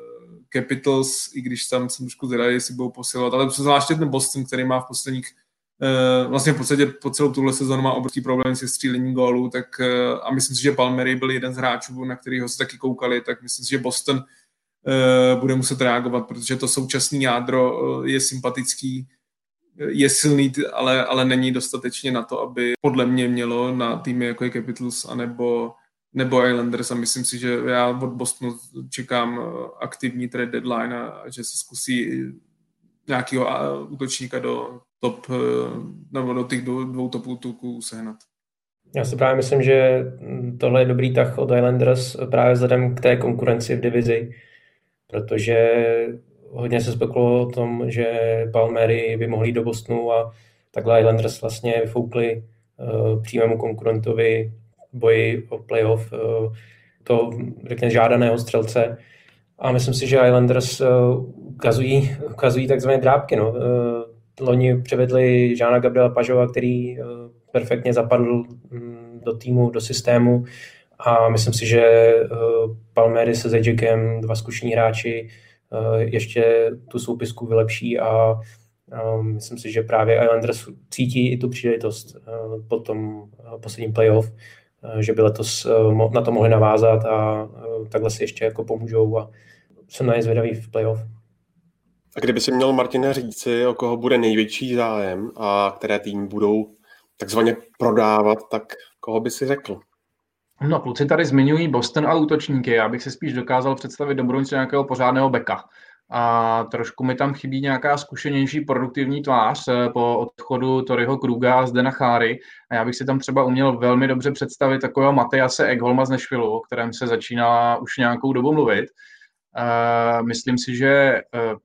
Capitals, i když tam jsem trošku zvědavý, jestli budou posilovat, ale zvláště ten Boston, který má v posledních vlastně v podstatě po celou tuhle sezónu má obrovský problém se střílením gólů, tak a myslím si, že Palmieri byl jeden z hráčů, na kterýho se taky koukali, tak myslím si, že Boston bude muset reagovat, protože to současné jádro je sympatický, je silný, ale není dostatečně na to, aby podle mě mělo na týmy jako je Capitals nebo Islanders, a myslím si, že já od Bostonu čekám aktivní trade deadline a že se zkusí nějakého útočníka do top, nebo do těch dvou top útoků sehnat. Já si právě myslím, že tohle je dobrý tah od Islanders právě vzhledem k té konkurenci v divizi, protože hodně se spekulovalo o tom, že Palmieri by mohli do Bostonu a takhle Islanders vlastně vyfoukli přímému konkurentovi boji o playoff to, řekněme, žádaného střelce. A myslím si, že Islanders ukazují takzvané drápky. No. Loni převedli Jeana Gabriela Pageaua, který perfektně zapadl do týmu, do systému, a myslím si, že Palmieri se Zajakem, dva zkušení hráči, ještě tu soupisku vylepší a myslím si, že právě Islanders cítí i tu příležitost po tom posledním playoff, že by letos na to mohli navázat a takhle si ještě jako pomůžou a jsem na ně zvědavý v playoff. A kdyby si měl, Martine, říci, o koho bude největší zájem a které týmy budou takzvaně prodávat, tak koho by si řekl? No, kluci tady zmiňují Boston a útočníky. Já bych si spíš dokázal představit do budoucna nějakého pořádného beka. A trošku mi tam chybí nějaká zkušenější produktivní tvář po odchodu Toriho Kruga a Zdena Cháry. A já bych si tam třeba uměl velmi dobře představit takového Mattiase Ekholma z Nashvillu, o kterém se začíná už nějakou dobu mluvit. Myslím si, že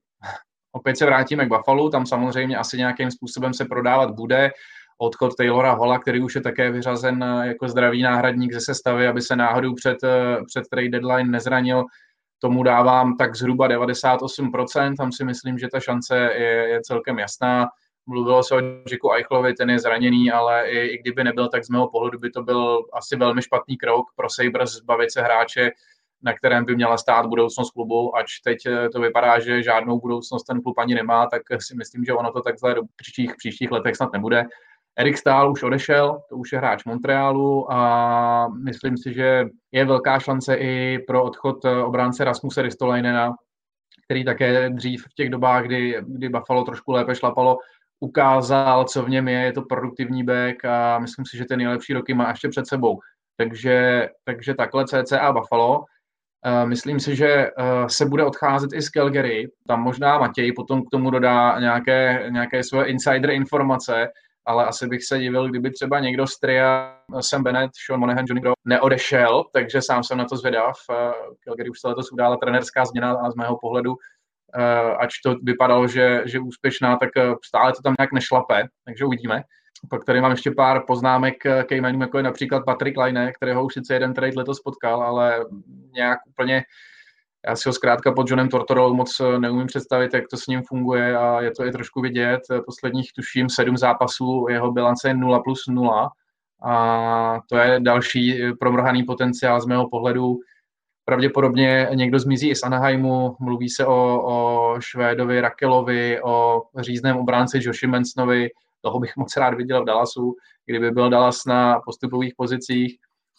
opět se vrátíme k Buffalo, tam samozřejmě asi nějakým způsobem se prodávat bude. Odchod Taylora Halla, který už je také vyřazen jako zdravý náhradník ze sestavy, aby se náhodou před trade deadline nezranil, tomu dávám tak zhruba 98%, tam si myslím, že ta šance je celkem jasná. Mluvilo se o Jacku Eichlovi, ten je zraněný, ale i kdyby nebyl, tak z mého pohledu by to byl asi velmi špatný krok pro Sabres zbavit se hráče, na kterém by měla stát budoucnost klubu, ač teď to vypadá, že žádnou budoucnost ten klub ani nemá, tak si myslím, že ono to takhle do příštích letech snad nebude. Erik Staal už odešel, to už je hráč Montrealu a myslím si, že je velká šance i pro odchod obránce Rasmuse Ristolainena, který také dřív v těch dobách, kdy Buffalo trošku lépe šlapalo, ukázal, co v něm je to produktivní back a myslím si, že ty nejlepší roky má ještě před sebou. Takže takhle CCA Buffalo. Myslím si, že se bude odcházet i z Calgary. Tam možná Matěj potom k tomu dodá nějaké svoje insider informace, ale asi bych se divil, kdyby třeba někdo z tria Sam Bennett, Sean Monahan, Johnny Gaudreau neodešel, takže sám jsem na to zvědav. Calgary už se letos udála trenérská změna a z mého pohledu, ač to vypadalo, že úspěšná, tak stále to tam nějak nešlape, takže uvidíme. Pak tady mám ještě pár poznámek k jménům, jako je například Patrick Laine, kterého už sice jeden trade letos potkal, ale nějak úplně, já si ho zkrátka pod Johnem Tortorou moc neumím představit, jak to s ním funguje a je to i trošku vidět. Posledních tuším 7 zápasů, jeho bilance je 0+0 a to je další promrhaný potenciál z mého pohledu. Pravděpodobně někdo zmizí i z Anaheimu, mluví se o Švédovi, Rakelovi, o řízném obránci Joshi Mansonovi, toho bych moc rád viděl v Dallasu, kdyby byl Dallas na postupových pozicích.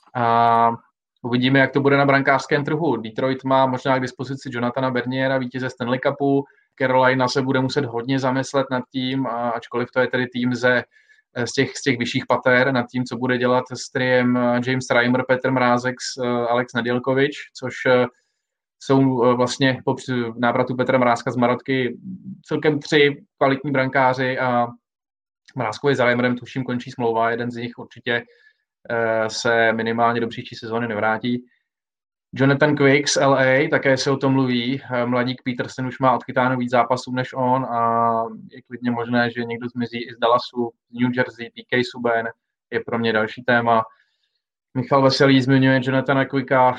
A uvidíme, jak to bude na brankářském trhu. Detroit má možná k dispozici Jonathana Berniera, vítěze Stanley Cupu. Carolina se bude muset hodně zamyslet nad tím, ačkoliv to je tedy tým z těch vyšších pater, nad tím, co bude dělat s triem James Reimer, Petr Mrázek, Alex Nedělkovič, což jsou vlastně po návratu Petra Mrázka z Marotky celkem 3 kvalitní brankáři a Mrázkovi s Reimerem tuším končí smlouva, jeden z nich určitě se minimálně do příští sezóny nevrátí. Jonathan Quick z LA, také se o tom mluví. Mladík Peterson už má odchytáno víc zápasů než on a je klidně možné, že někdo zmizí i z Dallasu, z New Jersey, PK Subban je pro mě další téma. Michal Veselý zmiňuje Jonathana Quicka.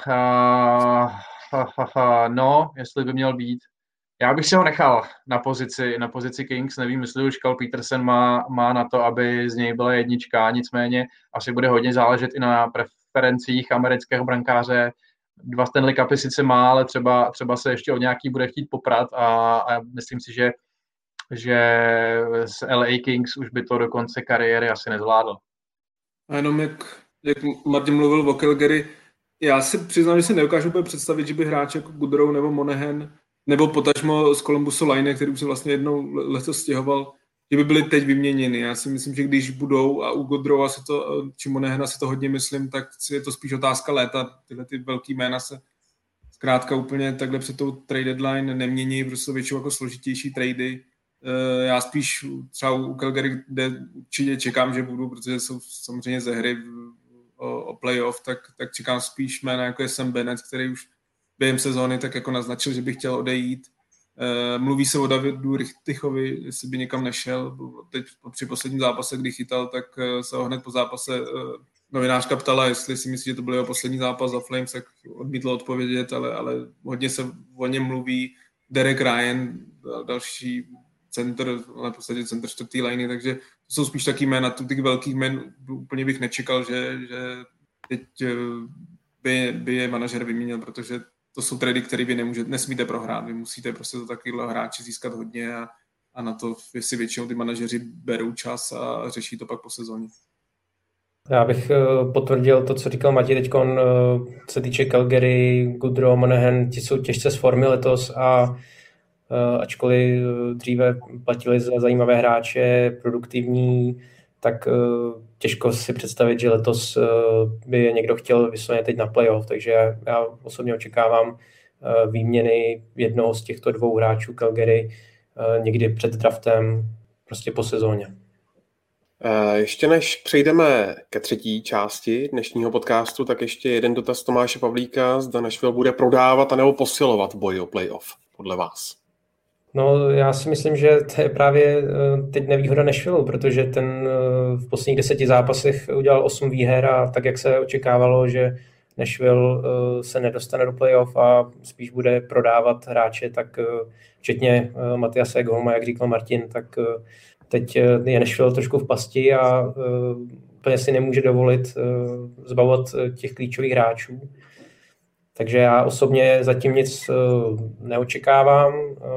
No, jestli by měl být. Já bych si ho nechal na pozici Kings, nevím, jestli už Cal Peterson má na to, aby z něj byla jednička, nicméně asi bude hodně záležet i na preferencích amerického brankáře 2 Stanley Cupy sice má, ale třeba se ještě o nějaký bude chtít poprat a myslím si, že s LA Kings už by to do konce kariéry asi nezvládl. A jenom jak Martin mluvil o Calgary, já si přiznám, že si neukážu úplně představit, že by hráč jako Goodrow nebo Monahan, nebo potažmo z Columbusu Line, který už se vlastně jednou letos stěhoval, že by byly teď vyměněny. Já si myslím, že když budou, a u Goodrowa či Monahana si to hodně myslím, tak je to spíš otázka léta. Tyhle ty velký jména se zkrátka úplně takhle před tou trade deadline nemění, protože většinou jako složitější trady. Já spíš třeba u Calgary, kde určitě čekám, že budu, protože jsou samozřejmě ze hry o playoff, tak čekám spíš jména jako je Sam Bennett, který už během sezóny tak jako naznačil, že by chtěl odejít. Mluví se o Davidu Richtichovi, jestli by někam nešel. Teď při posledním zápase, kdy chytal, tak se ho hned po zápase novinářka ptala, jestli si myslí, že to byl jeho poslední zápas za Flames, tak odmítl odpovědět, ale hodně se o něm mluví. Derek Ryan, další center, ale v podstatě center čtvrtý liney, takže to jsou spíš taky jména, těch velkých jmén úplně bych nečekal, že teď by je manažer vyměnil, protože to jsou trady, které vy nesmíte prohrát, vy musíte prostě to takovýhle hráči získat hodně a na to si většinou ty manažeři berou čas a řeší to pak po sezóně. Já bych potvrdil to, co říkal Matěj teďkon, co se týče Calgary, Goodrow, Monahan, ti jsou těžce z formy letos a ačkoliv dříve platili za zajímavé hráče, produktivní, tak těžko si představit, že letos by je někdo chtěl vysloveně teď na playoff, takže já osobně očekávám výměny jednoho z těchto 2 hráčů Calgary někdy před draftem, prostě po sezóně. Ještě než přejdeme ke třetí části dnešního podcastu, tak ještě jeden dotaz Tomáše Pavlíka, zda Nashville bude prodávat anebo posilovat boj o playoff, podle vás. No, já si myslím, že to je právě teď nevýhoda Nashville, protože ten v posledních 10 zápasech udělal 8 výher a tak, jak se očekávalo, že Nashville se nedostane do playoff a spíš bude prodávat hráče, tak včetně Matiase Ekholma, jak říkal Martin, tak teď je Nashville trošku v pasti a úplně si nemůže dovolit zbavovat těch klíčových hráčů. Takže já osobně zatím nic neočekávám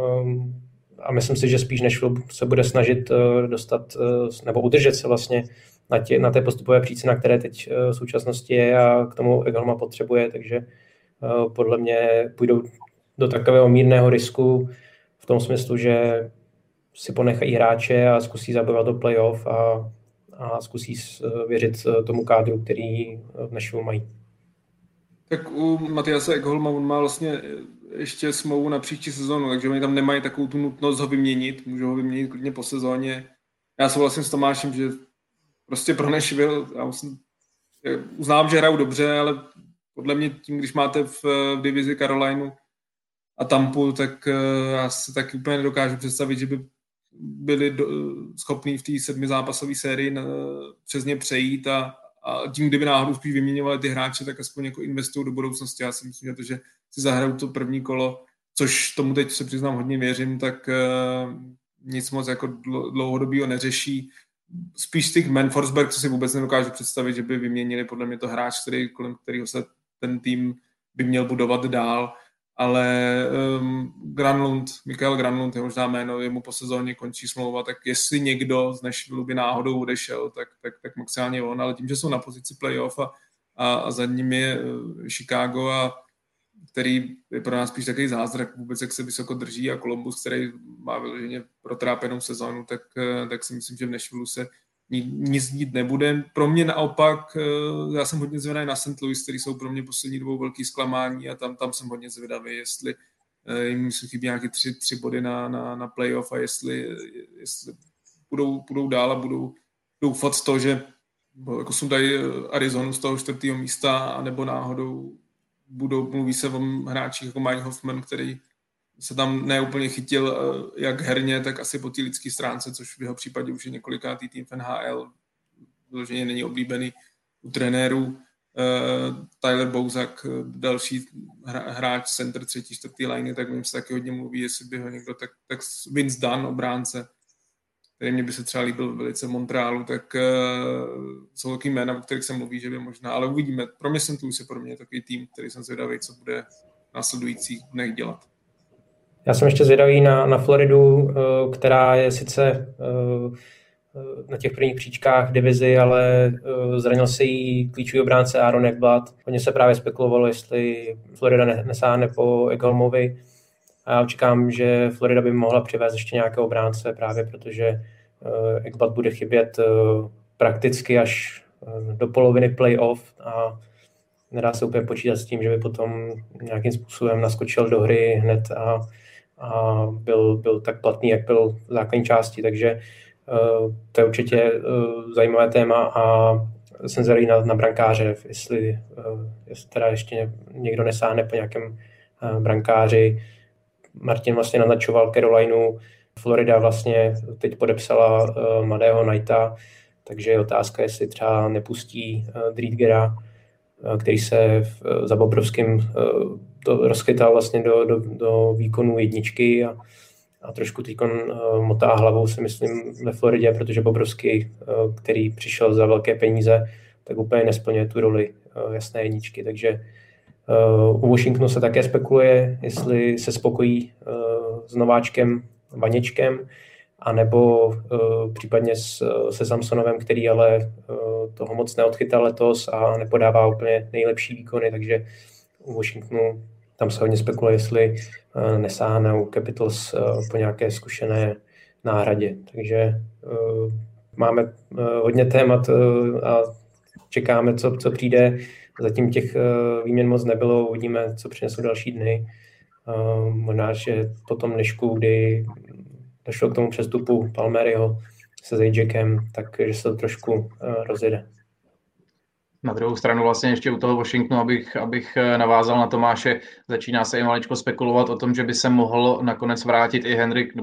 a myslím si, že spíš Nashville se bude snažit dostat nebo udržet se vlastně na té postupové příčce, na které teď v současnosti je a k tomu Ekholma potřebuje, takže podle mě půjdou do takového mírného risku v tom smyslu, že si ponechají hráče a zkusí zabývat do playoff a zkusí věřit tomu kádru, který v Nashville mají. Tak u Matiase Ekholma on má vlastně ještě smlouvu na příští sezónu, takže oni tam nemají takovou tu nutnost ho vyměnit, můžou ho vyměnit klidně po sezóně. Já souhlasím s Tomášem, že prostě pro Nashville, uznám, že hrajou dobře, ale podle mě tím, když máte v divizi Carolinu a Tampu, tak já si taky úplně nedokážu představit, že by byli schopní v té 7 zápasové sérii přes ně přejít a tím, kdyby náhodou spíš vyměňovali ty hráče, tak aspoň jako investují do budoucnosti. Já si myslím, že si zahrajou to první kolo, což tomu teď se přiznám hodně věřím, tak nic moc jako dlouhodobýho neřeší. Spíš z těch men Forsberg, co si vůbec nedokážu představit, že by vyměnili podle mě to hráč, kolem kterého se ten tým by měl budovat dál, ale Michael Granlund je možná jméno, jemu po sezóně končí smlouva, tak jestli někdo z Nashville by náhodou odešel, tak maximálně on, ale tím, že jsou na pozici playoff a za nimi je Chicago, který je pro nás spíš takový zázrak vůbec, jak se vysoko drží, a Columbus, který má vyloženě protrápenou sezónu, tak si myslím, že v Nashville se nic dít nebude. Pro mě naopak, já jsem hodně zvědavý na St. Louis, který jsou pro mě poslední 2 velký zklamání a tam jsem hodně zvědavý, jestli jim myslím chybí nějaké 3 body na playoff a jestli budou dál a budou doufat z toho, že jako jsou tady Arizonu z toho 4. místa, anebo náhodou mluví se o hráčích jako Mike Hoffman, který se tam neúplně chytil jak herně, tak asi po té lidské stránce, což v jeho případě už je několikátý tým v NHL, vyloženě není oblíbený u trenérů. Tyler Bozak, další hráč center 3. 4. liney, tak mi se taky hodně mluví, jestli by ho někdo, tak Vince Dunn, obránce, který mě by se třeba líbil velice v Montrealu, tak jsou takový jména, o kterých se mluví, že by možná, ale uvidíme. Pro mě St. Louis je pro mě takový tým, který jsem zvědavý, co bude v následujících dnech dělat. Já jsem ještě zvědavý na Floridu, která je sice na těch prvních příčkách divizi, ale zranil se jí klíčový obránce Aaron Ekblad. Hodně se právě spekulovalo, jestli Florida nesáhne po Ekholmovi. A já očekám, že Florida by mohla přivést ještě nějakého obránce, právě protože Ekblad bude chybět prakticky až do poloviny playoff a nedá se úplně počítat s tím, že by potom nějakým způsobem naskočil do hry hned a byl tak platný, jak byl v základní části, takže to je určitě zajímavé téma a jsem zvědavý na brankáře, jestli teda ještě někdo nesáhne po nějakém brankáři. Martin vlastně naznačoval Carolinu, Florida vlastně teď podepsala mladého Knighta, takže je otázka, jestli třeba nepustí Driedgera, který se za Bobrovským rozchytal vlastně do výkonu jedničky a trošku teď motá hlavou, si myslím, ve Floridě, protože Bobrovský, který přišel za velké peníze, tak úplně nesplňuje tu roli jasné jedničky, takže u Washingtonu se také spekuluje, jestli se spokojí s nováčkem Vaněčkem, anebo případně se Samsonovem, který ale toho moc neodchytal letos a nepodává úplně nejlepší výkony, takže u Washingtonu tam se hodně spekuluje, jestli nesáhnou Capitals po nějaké zkušené náhradě. Takže máme hodně témat a čekáme, co přijde. Zatím těch výměn moc nebylo, uvidíme, co přinesou další dny. Možná, že po tom dnešku, kdy došlo k tomu přestupu Palmieriho se Zajakem, takže se to trošku rozjede. Na druhou stranu vlastně ještě u toho Washingtonu, abych navázal na Tomáše, začíná se i maličko spekulovat o tom, že by se mohl nakonec vrátit i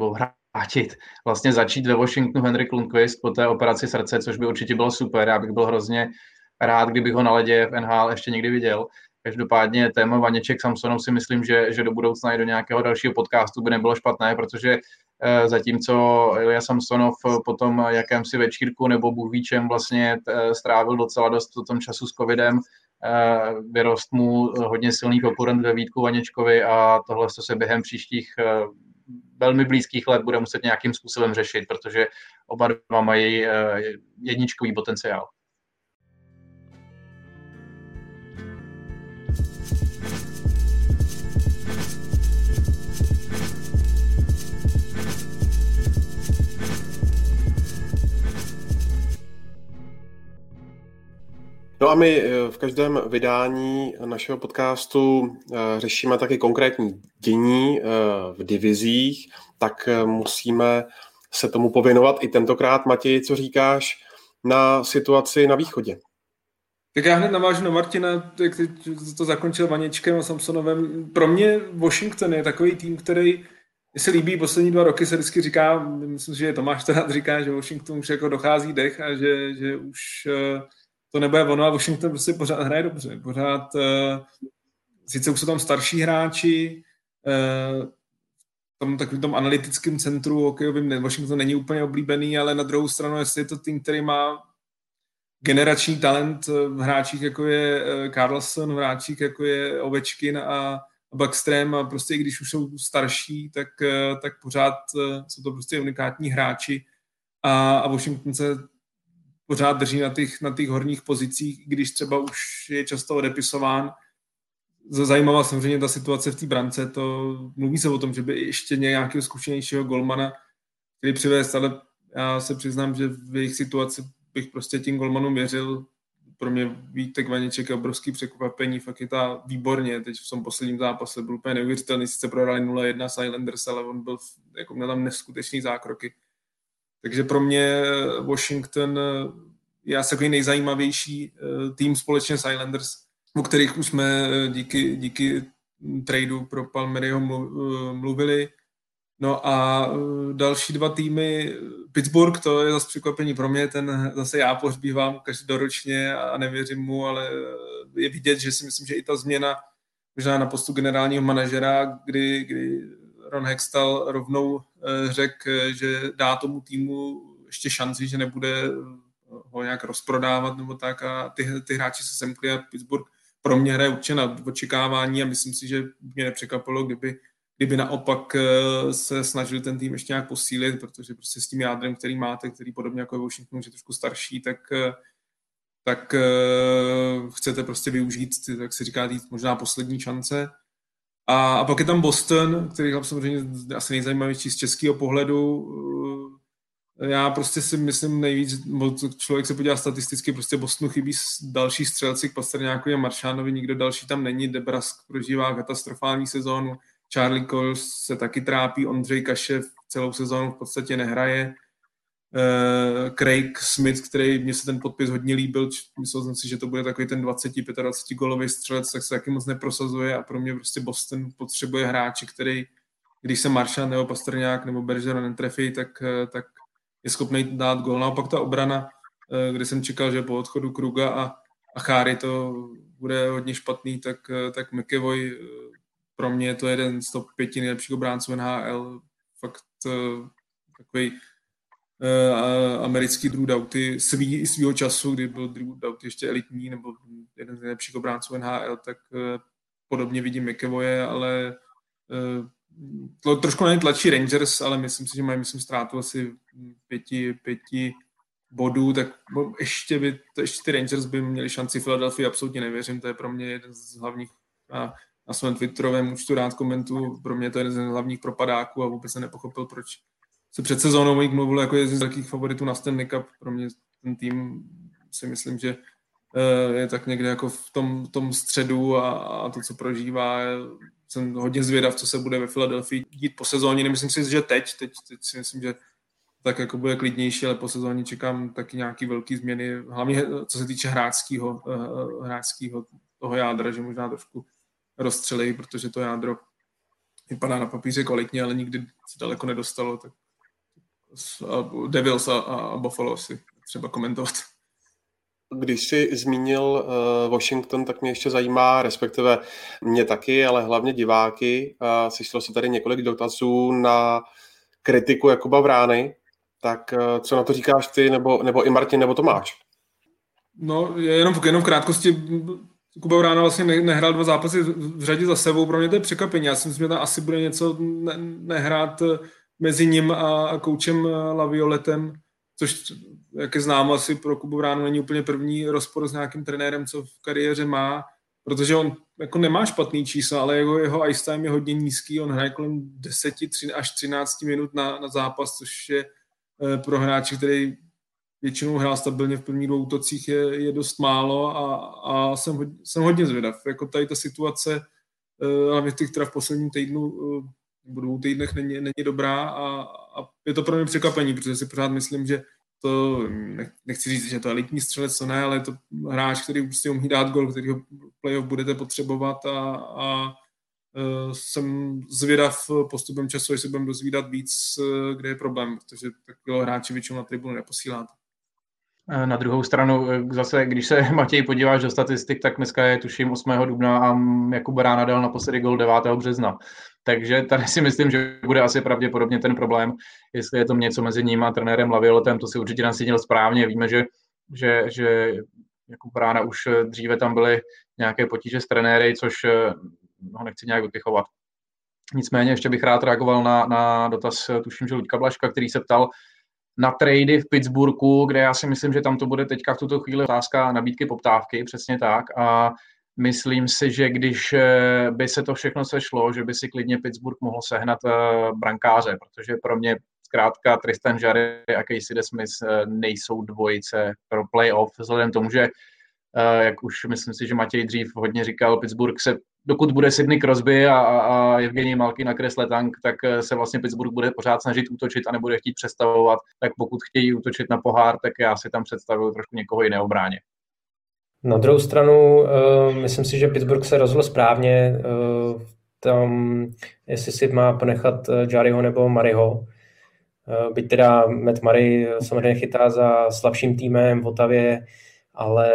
vlastně začít ve Washingtonu Henrik Lundqvist po té operaci srdce, což by určitě bylo super. Já bych byl hrozně rád, kdybych ho na ledě v NHL ještě někdy viděl. Každopádně téma Vaněček Samsonov si myslím, že do budoucna i do nějakého dalšího podcastu by nebylo špatné, protože zatímco Ilja Samsonov po tom jakémsi večírku nebo Bůh ví čem vlastně strávil docela dost v tom času s covidem, vyrost mu hodně silný konkurent ve Vítku Vaněčkovi a tohle se během příštích velmi blízkých let bude muset nějakým způsobem řešit, protože oba dva mají jedničkový potenciál. No a my v každém vydání našeho podcastu řešíme taky konkrétní dění v divizích, tak musíme se tomu pověnovat i tentokrát. Matěj, co říkáš na situaci na východě? Tak já hned navážu na Martina, jak to zakončil Vaněčkem a Samsonovem. Pro mě Washington je takový tým, který se líbí poslední 2 roky, se vždycky říká, myslím, že Tomáš to rád říká, že Washington už jako dochází dech a že už to nebude ono a Washington prostě pořád hraje dobře. Pořád, sice už jsou tam starší hráči, v takovém tom analytickém centru hokejovým Washington není úplně oblíbený, ale na druhou stranu, jestli je to tým, který má generační talent v hráčích, jako je Karlsson, v hráčích, jako je Ovečkin a Backstrom a prostě i když už jsou starší, tak pořád jsou to prostě unikátní hráči a Washington se pořád drží na těch horních pozicích, když třeba už je často odepisován. Zajímavá samozřejmě ta situace v té brance, to mluví se o tom, že by ještě nějakého zkušenějšího golmana chtěli přivést, ale já se přiznám, že v jejich situaci bych prostě tím golmanům věřil. Pro mě Vítek Vaněček je obrovský překvapení, fakt je to výborně, teď v tom posledním zápase byl úplně neuvěřitelný, sice prohrali 0-1 s Islanders, ale on byl, jako měl tam neskutečný zákroky. Takže pro mě Washington je asi takový nejzajímavější tým společně s Islanders, o kterých už jsme díky tradu pro Palmieriho mluvili. No a další 2 týmy, Pittsburgh, to je zase překvapení pro mě, ten zase já pohřbívám každoročně a nevěřím mu, ale je vidět, že si myslím, že i ta změna možná na postu generálního manažera, kdy Ron Hextall rovnou řekl, že dá tomu týmu ještě šanci, že nebude ho nějak rozprodávat nebo tak a ty hráči se semkli a Pittsburgh pro mě hraje určitě na očekávání a myslím si, že mě nepřekvapilo, kdyby naopak se snažil ten tým ještě nějak posílit, protože prostě s tím jádrem, který máte, který podobně jako je Washington, že je trošku starší, tak chcete prostě využít, tak se říká, možná poslední šance. A pak je tam Boston, který je samozřejmě asi nejzajímavější z českého pohledu. Já prostě si myslím nejvíc, člověk se podívá statisticky, prostě Bostonu chybí další střelci k Pastrňákovi a Maršánovi, nikdo další tam není, DeBrusk prožívá katastrofální sezónu, Charlie Coyle se taky trápí, Ondřej Kašev celou sezónu v podstatě nehraje, Craig Smith, který mně se ten podpis hodně líbil, myslel jsem si, že to bude takový ten 20-25 gólový střelec, tak se taky moc neprosazuje a pro mě prostě Boston potřebuje hráče, který, když se Maršan nebo Pastrňák nebo Bergeron netrefí, tak je schopný dát gól. Naopak ta obrana, kde jsem čekal, že po odchodu Kruga a Cháry to bude hodně špatný, tak McAvoy pro mě je to jeden z top 5 nejlepších obránců NHL. Fakt takový americký Drew Doughty svýho času, kdy byl Drew Doughty ještě elitní nebo jeden z nejlepších obránců NHL, tak podobně vidím McAvoye, ale to trošku na ně tlačí Rangers, ale myslím si, že mají ztrátu asi 5 bodů, tak ještě ty Rangers by měli šanci. Philadelphia absolutně nevěřím, to je pro mě jeden z hlavních, na svém Twitterovém účtu rád komentuju, pro mě to je jeden z hlavních propadáků a vůbec se nepochopil, proč se před sezónou jich mluvil jako jeden z velkých favoritů na Stanley Cup. Pro mě ten tým si myslím, že je tak někde jako v tom středu a to, co prožívá, jsem hodně zvědav, co se bude ve Philadelphii dít po sezóně. Nemyslím si, že teď si myslím, že tak jako bude klidnější, ale po sezóně čekám taky nějaký velký změny, hlavně co se týče hráčského toho jádra, že možná trošku rozstřelí, protože to jádro vypadá na papíře kvalitně, ale nikdy se daleko nedostalo, tak Devils a Buffalo si třeba komentovat. Když jsi zmínil Washington, tak mě ještě zajímá, respektive mě taky, ale hlavně diváky. Slyšelo se tady několik dotazů na kritiku Jakuba Vrány. Tak co na to říkáš ty, nebo i Martin, nebo Tomáš? No, jenom v krátkosti. Kuba Vrána vlastně nehrál 2 zápasy v řadě za sebou. Pro mě to je překvapení. Já si myslím, že tam asi bude něco nehrát mezi ním a koučem Lavioletem, což, jak je známo, asi pro Kubu Vránu není úplně první rozpor s nějakým trenérem, co v kariéře má, protože on jako nemá špatný čísla, ale jeho ice time je hodně nízký, on hraje kolem 10 až 13 minut na zápas, což je pro hráče, který většinou hrál stabilně v prvních 2 útocích, je dost málo a jsem hodně zvědav. Jako tady ta situace, hlavně v posledním týdnu, nebo 2 týdnech není dobrá a je to pro mě překvapení, protože si pořád myslím, že to, nechci říct, že to je elitní střelec, co ne, ale je to hráč, který prostě umí dát gol, kterýho playoff budete potřebovat a jsem zvědav postupem času, jestli budeme dozvídat víc, kde je problém, protože takového hráče většinou na tribunu neposíláte. Na druhou stranu, zase, když se, Matěj, podíváš do statistik, tak dneska je tuším 8. dubna a Jakub Vrána dal naposledy gol 9. března. Takže tady si myslím, že bude asi pravděpodobně ten problém, jestli je to něco mezi ním a trenérem Lavioletem, to si určitě nasínil správně. Víme, že Jakub Vrána už dříve tam byly nějaké potíže s trenéry, což ho nechci nějak vypichovat. Nicméně ještě bych rád reagoval na dotaz, tuším, že Luďka Blažka, který se ptal na trady v Pittsburghu, kde já si myslím, že tam to bude teďka v tuto chvíli otázka nabídky poptávky, přesně tak. A myslím si, že když by se to všechno sešlo, že by si klidně Pittsburgh mohl sehnat brankáře, protože pro mě zkrátka Tristan Jarry a Casey DeSmith nejsou dvojice pro playoff, vzhledem tomu, že jak už myslím si, že Matěj dřív hodně říkal, Pittsburgh se, dokud bude Sidney Crosby a Evgenij Malkin na kresle tank, tak se vlastně Pittsburgh bude pořád snažit útočit a nebude chtít přestavovat, tak pokud chtějí útočit na pohár, tak já si tam představuju trošku někoho jiného bráně. Na druhou stranu, myslím si, že Pittsburgh se rozhodl správně, tam, jestli si má ponechat Jarryho nebo Murrayho. Byť teda Matt Murray samozřejmě chytá za slabším týmem v Ottawě, ale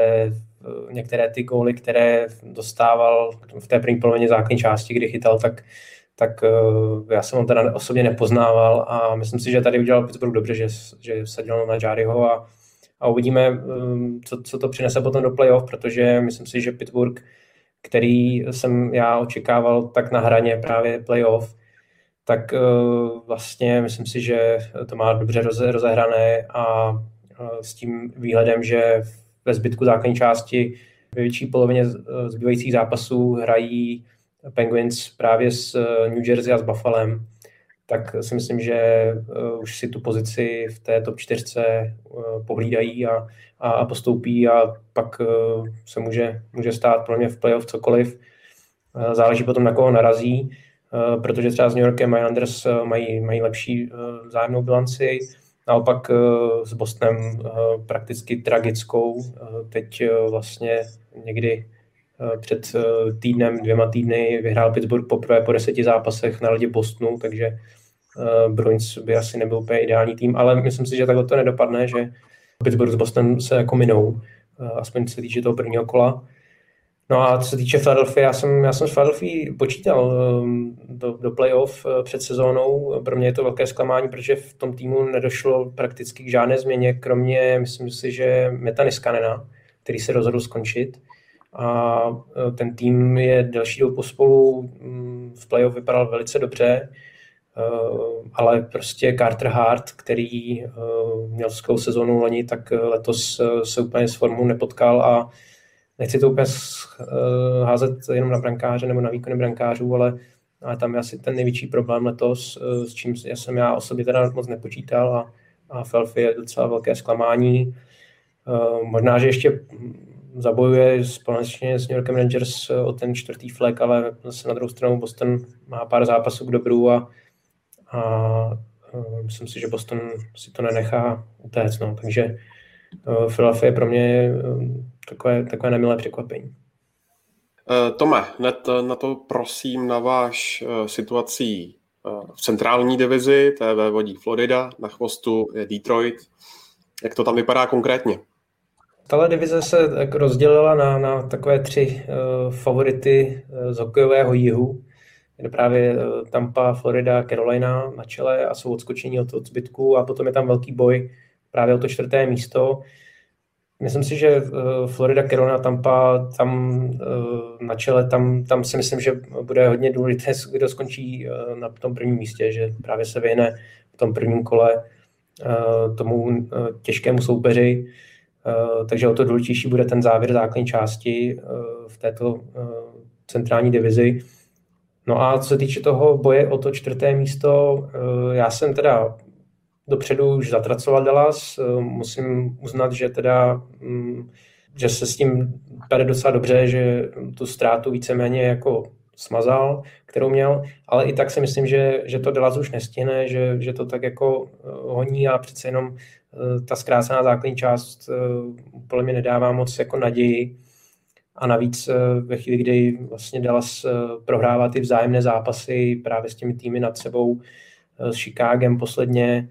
některé ty góly, které dostával v té první polovině základní části, kdy chytal, tak já jsem ho teda osobně nepoznával a myslím si, že tady udělal Pittsburgh dobře, že vsadil na Jarryho a uvidíme, co to přinese potom do playoff, protože myslím si, že Pittsburgh, který jsem já očekával tak na hraně právě playoff, tak vlastně myslím si, že to má dobře rozehrané a s tím výhledem, že ve zbytku základní části ve větší polovině zbývajících zápasů hrají Penguins právě s New Jersey a s Buffalem, tak si myslím, že už si tu pozici v té top 4 pohlídají a postoupí a pak se může stát pro mě v playoff cokoliv. Záleží potom, na koho narazí, protože třeba s New Yorkem Islanders mají lepší vzájemnou bilanci, naopak s Bostonem prakticky tragickou. Teď vlastně někdy před týdnem, 2 týdny vyhrál Pittsburgh poprvé po 10 zápasech na ledě Bostonu, takže Bruins by asi nebyl úplně ideální tým, ale myslím si, že takhle to nedopadne, že Pittsburgh s Bostonem se jako minou, aspoň se týče toho prvního kola. No a co se týče Philadelphia, já jsem s Philadelphia počítal do playoff před sezónou. Pro mě je to velké zklamání, protože v tom týmu nedošlo prakticky k žádné změně, kromě, myslím si, že Meta Niskanena, který se rozhodl skončit. A ten tým je delší dobu pospolu, v playoff vypadal velice dobře, ale prostě Carter Hart, který měl skvělou sezónu loni, tak letos se úplně s formou nepotkal a nechci to úplně házet jenom na brankáře nebo na výkony brankářů, ale tam je asi ten největší problém letos, s čím jsem já osobně teda moc nepočítal a Philadelphia je docela velké zklamání. Možná, že ještě zabojuje společně s New Yorkem Rangers o ten 4. flag, ale zase na druhou stranu Boston má pár zápasů k dobru a myslím si, že Boston si to nenechá utéct. No. Takže Philadelphia je pro mě takové nemilé překvapení. Tome, hned na to prosím na váš situací v centrální divizi, TV vodí Florida, na chvostu je Detroit. Jak to tam vypadá konkrétně? Tahle divize se rozdělila na takové 3 favority z hokejového jihu. Je právě Tampa, Florida, Carolina na čele a jsou odskočení od zbytku a potom je tam velký boj právě o to 4. místo. Myslím si, že Florida, Carolina, Tampa tam na čele, tam si myslím, že bude hodně důležité, kdo skončí na tom prvním místě, že právě se vyhne v tom prvním kole tomu těžkému soupeři. Takže o to důležitější bude ten závěr základní části v této centrální divizi. No a co se týče toho boje o to 4. místo, já jsem teda dopředu už zatracoval Dallas, musím uznat, že teda, že se s tím pade docela dobře, že tu ztrátu víceméně jako smazal, kterou měl, ale i tak si myslím, že to Dallas už nestihne, že to tak jako honí a přece jenom ta zkrácená základní část podle mě nedává moc jako naději. A navíc ve chvíli, kdy vlastně Dallas prohrává ty vzájemné zápasy právě s těmi týmy nad sebou, s Chicagem posledně,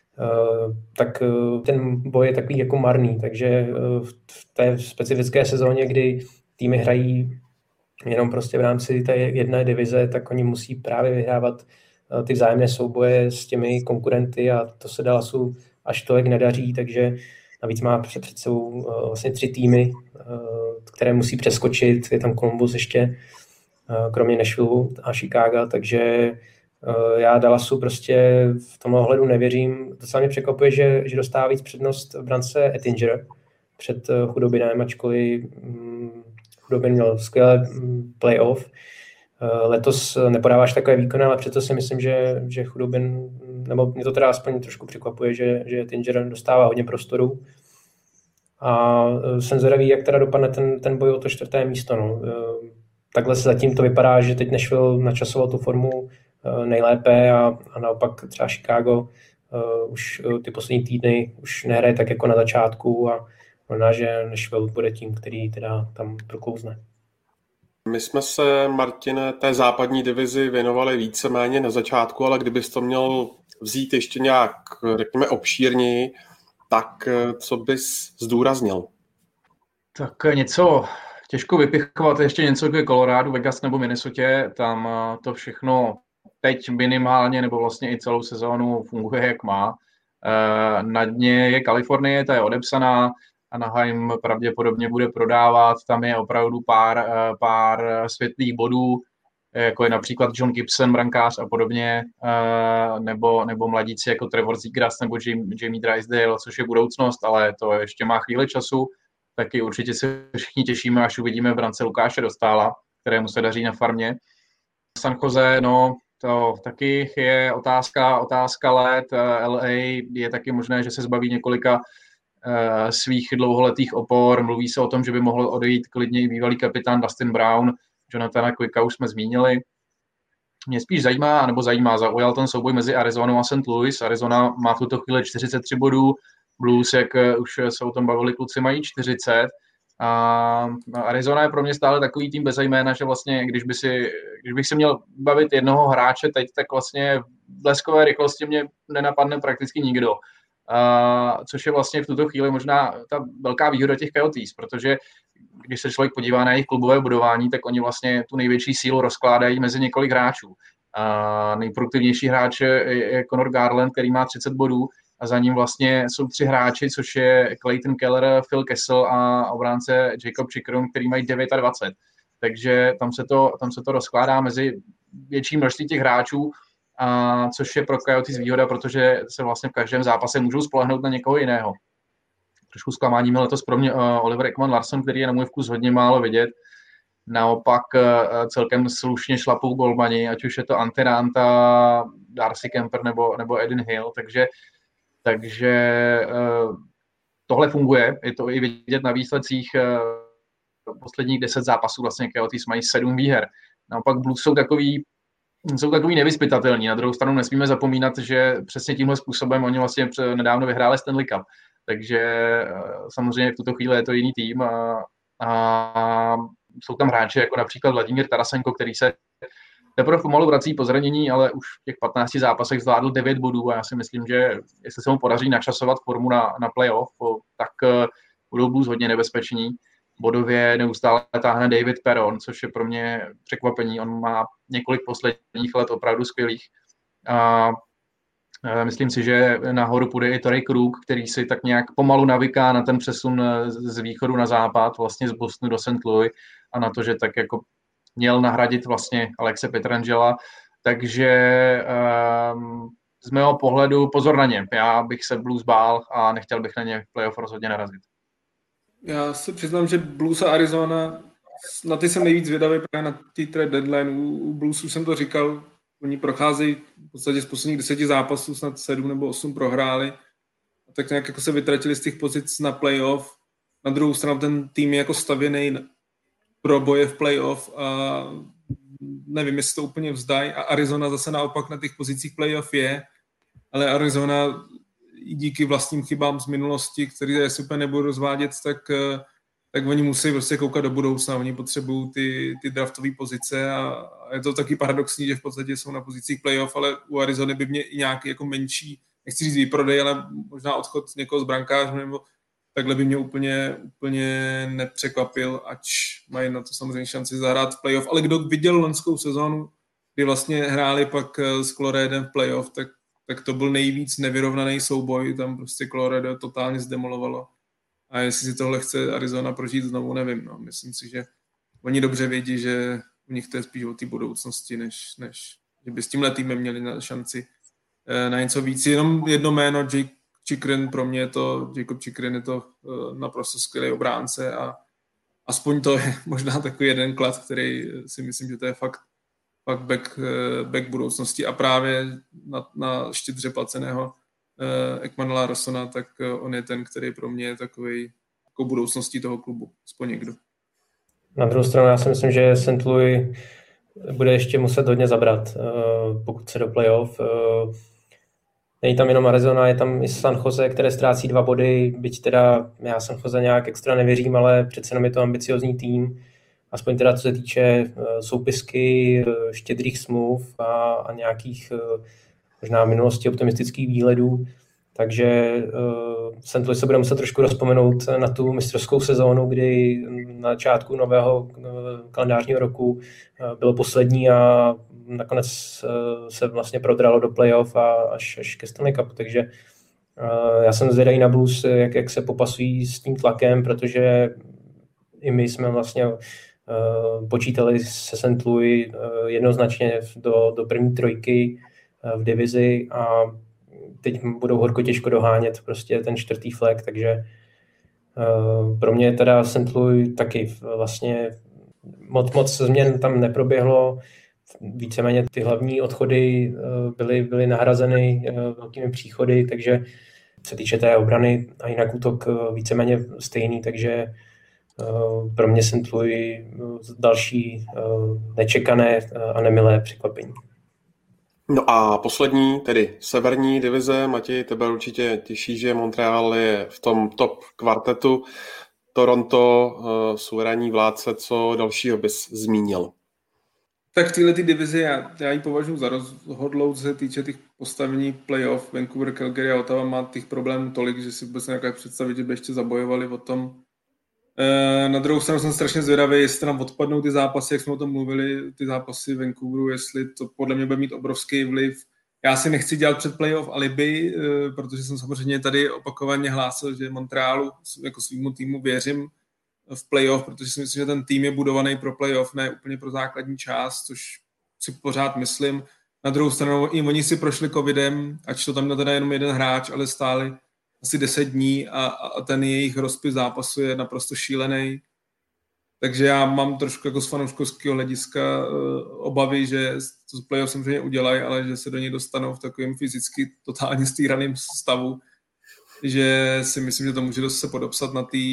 tak ten boj je takový jako marný. Takže v té specifické sezóně, kdy týmy hrají jenom prostě v rámci té jedné divize, tak oni musí právě vyhrávat ty vzájemné souboje s těmi konkurenty a to se Dallasu až tolik nedaří, takže navíc má před sebou vlastně 3 týmy, které musí přeskočit. Je tam Columbus ještě, kromě Nashville a Chicaga, takže já Dallasu prostě v tomhle ohledu nevěřím. Docela mě překvapuje, že dostává víc přednost v brance Ettinger před Chudobinem, ačkoliv Chudobin měl skvělé playoff. Letos nepodáváš takové výkony, ale přesto si myslím, že Chudobin, nebo mě to teda aspoň trošku překvapuje, že Ettinger dostává hodně prostoru. A jsem zvědavý, jak teda dopadne ten boj o to 4. místo. No. Takhle se zatím to vypadá, že teď Nashville načasoval tu formu nejlépe a naopak třeba Chicago už ty poslední týdny už nehraje tak jako na začátku a možná, že Nashville bude tím, který teda tam proklouzne. My jsme se, Martine, té západní divizi věnovali víceméně na začátku, ale kdybys to měl vzít ještě nějak, řekněme, obšírněji, tak co bys zdůraznil? Tak něco těžko vypichovat, ještě něco k Coloradu, Vegas nebo Minnesota, tam to všechno teď minimálně, nebo vlastně i celou sezónu funguje, jak má. Na dně je Kalifornie, ta je odepsaná, Anaheim pravděpodobně bude prodávat, tam je opravdu pár světlých bodů, jako je například John Gibson, brankář a podobně, nebo mladíci jako Trevor Zegras nebo Jamie Drysdale, což je budoucnost, ale to ještě má chvíli času. Taky určitě se všichni těšíme, až uvidíme v brance Lukáše Dostála, kterému se daří na farmě. San Jose, no, to taky je otázka let. LA je taky možné, že se zbaví několika svých dlouholetých opor. Mluví se o tom, že by mohl odejít klidně i bývalý kapitán Dustin Brown. Jonathana Quicka už jsme zmínili. Mě spíš zaujal ten souboj mezi Arizonou a St. Louis. Arizona má v tuto chvíli 43 bodů, Blues, jak už se o tom bavili kluci, mají 40. A Arizona je pro mě stále takový tým bez jména, že vlastně, když bych si měl bavit jednoho hráče teď, tak vlastně v bleskové rychlosti mě nenapadne prakticky nikdo. Což je vlastně v tuto chvíli možná ta velká výhoda těch Coyotes, protože když se člověk podívá na jejich klubové budování, tak oni vlastně tu největší sílu rozkládají mezi několik hráčů. Nejproduktivnější hráč je Conor Garland, který má 30 bodů, a za ním vlastně jsou 3 hráči, což je Clayton Keller, Phil Kessel a obránce Jacob Chikrin, který mají 29. Takže tam se to rozkládá mezi větší množství těch hráčů, což je pro Coyotes výhoda, protože se vlastně v každém zápase můžou spolehnout na někoho jiného. Trošku zklamáním je letos pro mě Oliver Ekman-Larsson, který je na můj vkus hodně málo vidět. Naopak celkem slušně šlapou golmani, ať už je to Ante Ranta, Darcy Kemper nebo Edin Hill, takže tohle funguje, je to i vidět na výsledcích posledních 10 zápasů, vlastně Coyotes mají 7 výher. Naopak Blues jsou takový nevyzpytatelní. Na druhou stranu nesmíme zapomínat, že přesně tímhle způsobem oni vlastně nedávno vyhráli Stanley Cup. Takže samozřejmě v tuto chvíli je to jiný tým a jsou tam hráči jako například Vladimír Tarasenko, který se teprve pomalu vrací po zranění, ale už v těch 15 zápasech zvládl 9 bodů a já si myslím, že jestli se mu podaří načasovat formu na playoff, tak budou Blues hodně nebezpeční. Bodově neustále táhne David Perron, což je pro mě překvapení. On má několik posledních let opravdu skvělých. A myslím si, že nahoru půjde i Torrey Krug, který si tak nějak pomalu navyká na ten přesun z východu na západ, vlastně z Bostonu do St. Louis a na to, že tak jako měl nahradit vlastně Alexe Pietrangela. Takže z mého pohledu pozor na ně. Já bych se Blues bál a nechtěl bych na ně v playoff rozhodně narazit. Já se přiznám, že Blues a Arizona, na ty jsem nejvíc zvědavý právě na ty trade deadline. U Bluesu jsem to říkal, oni procházejí v podstatě z posledních 10 zápasů, snad 7 nebo 8 prohráli. A tak nějak jako se vytratili z těch pozic na playoff. Na druhou stranu ten tým je jako stavěný pro boje v playoff a nevím, jestli to úplně vzdají. A Arizona zase naopak na těch pozicích playoff je, ale Arizona díky vlastním chybám z minulosti, které si úplně nebudu rozvádět, tak oni musí prostě koukat do budoucna. Oni potřebují ty draftové pozice a je to taky paradoxní, že v podstatě jsou na pozicích playoff, ale u Arizony by mě i nějaký jako menší, nechci říct výprodej, ale možná odchod někoho z brankářů nebo takhle by mě úplně nepřekvapil, ač mají na to samozřejmě šanci zahrát v playoff. Ale kdo viděl loňskou sezónu, kdy vlastně hráli pak s Coloradem v playoff, tak to byl nejvíc nevyrovnaný souboj, tam prostě Colorado totálně zdemolovalo. A jestli si tohle chce Arizona prožít znovu, nevím. No. Myslím si, že oni dobře vědí, že u nich to je spíš o té budoucnosti, než že by s tímhle týmem měli na šanci na něco víc. Jenom jedno jméno, Jacob Chikrin je to naprosto skvělý obránce a aspoň to je možná takový jeden klad, který si myslím, že to je fakt back budoucnosti a právě na štědře placeného Ekman-Larssona, tak on je ten, který pro mě je takový jako budoucností toho klubu, aspoň někdo. Na druhou stranu já si myslím, že St. Louis bude ještě muset hodně zabrat, pokud se do playoff. Není tam jenom Arizona, je tam i San Jose, které ztrácí 2 body, byť teda já San Jose nějak extra nevěřím, ale přece jenom je to ambiciozní tým. Aspoň teda co se týče soupisky, štědrých smluv a nějakých možná v minulosti optimistických výhledů. Takže St. Louis se bude muset trošku rozpomenout na tu mistrovskou sezónu, kdy na začátku nového kalendářního roku bylo poslední a nakonec se vlastně prodralo do playoff a až ke Stanley Cupu, takže já jsem zvědavý na Blues, jak se popasují s tím tlakem, protože i my jsme vlastně počítali se St. Louis jednoznačně do první trojky v divizi a teď budou horko těžko dohánět prostě ten 4. flag, takže pro mě teda St. Louis taky vlastně moc změn tam neproběhlo, víceméně ty hlavní odchody byly nahrazeny velkými příchody, takže se týče té obrany a jinak útok víceméně stejný, takže pro mě St. Louis další nečekané a nemilé překvapení. No a poslední, tedy severní divize. Matěj, tebe určitě těší, že Montreal je v tom top kvartetu. Toronto, suverénní vládce, co dalšího bys zmínil? Tak v této divizi já ji považuji za rozhodlou, co se týče těch postavení playoff. Vancouver, Calgary a Ottawa má těch problémů tolik, že si vůbec nedokážu představit, že by ještě zabojovali o tom. Na druhou stranu jsem strašně zvědavý, jestli tam odpadnou ty zápasy, jak jsme o tom mluvili, ty zápasy Vancouveru, jestli to podle mě bude mít obrovský vliv. Já si nechci dělat před playoff alibi, protože jsem samozřejmě tady opakovaně hlásil, že Montrealu jako svýmu týmu věřím v playoff, protože si myslím, že ten tým je budovaný pro playoff, ne úplně pro základní část, což si pořád myslím. Na druhou stranu i oni si prošli covidem, ač to tam měl teda jenom jeden hráč, ale stáli asi 10 dní a ten jejich rozpis zápasu je naprosto šílený. Takže já mám trošku jako z fanouškovského hlediska obavy, že to playoff samozřejmě udělají, ale že se do něj dostanou v takovém fyzicky totálně stýraném stavu, že si myslím, že to může se podopsat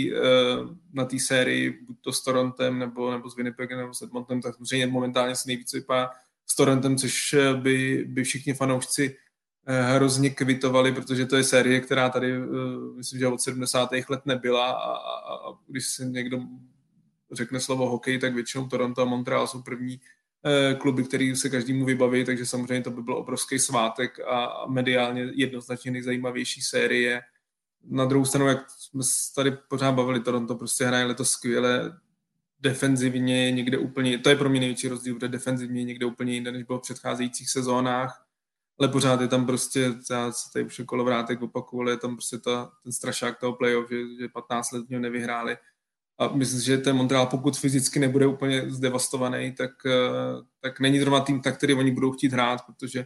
na té sérii, buď to s Torontem, nebo s Winnipegem, nebo s Edmontonem, tak samozřejmě momentálně se nejvíce vypadá s Torontem, což by všichni fanoušci hrozně kvitovali, protože to je série, která tady, myslím, že od 70. let nebyla a když si někdo řekne slovo hokej, tak většinou Toronto a Montreal jsou první kluby, který se každému vybaví, takže samozřejmě to by byl obrovský svátek a mediálně jednoznačně nejzajímavější série. Na druhou stranu, jak jsme tady pořád bavili, Toronto prostě hraje letos skvěle, defenzivně někde úplně, to je pro mě největší rozdíl, protože defenzivně někde úplně jinde, než bylo v předcházejících sezónách, ale pořád je tam prostě, já se tady už kolovrátek opakuju, ale je tam prostě ten strašák toho playoff, že 15 let v něm nevyhráli. A myslím, že ten Montreal, pokud fyzicky nebude úplně zdevastovaný, tak není zrovna tým tak, který oni budou chtít hrát,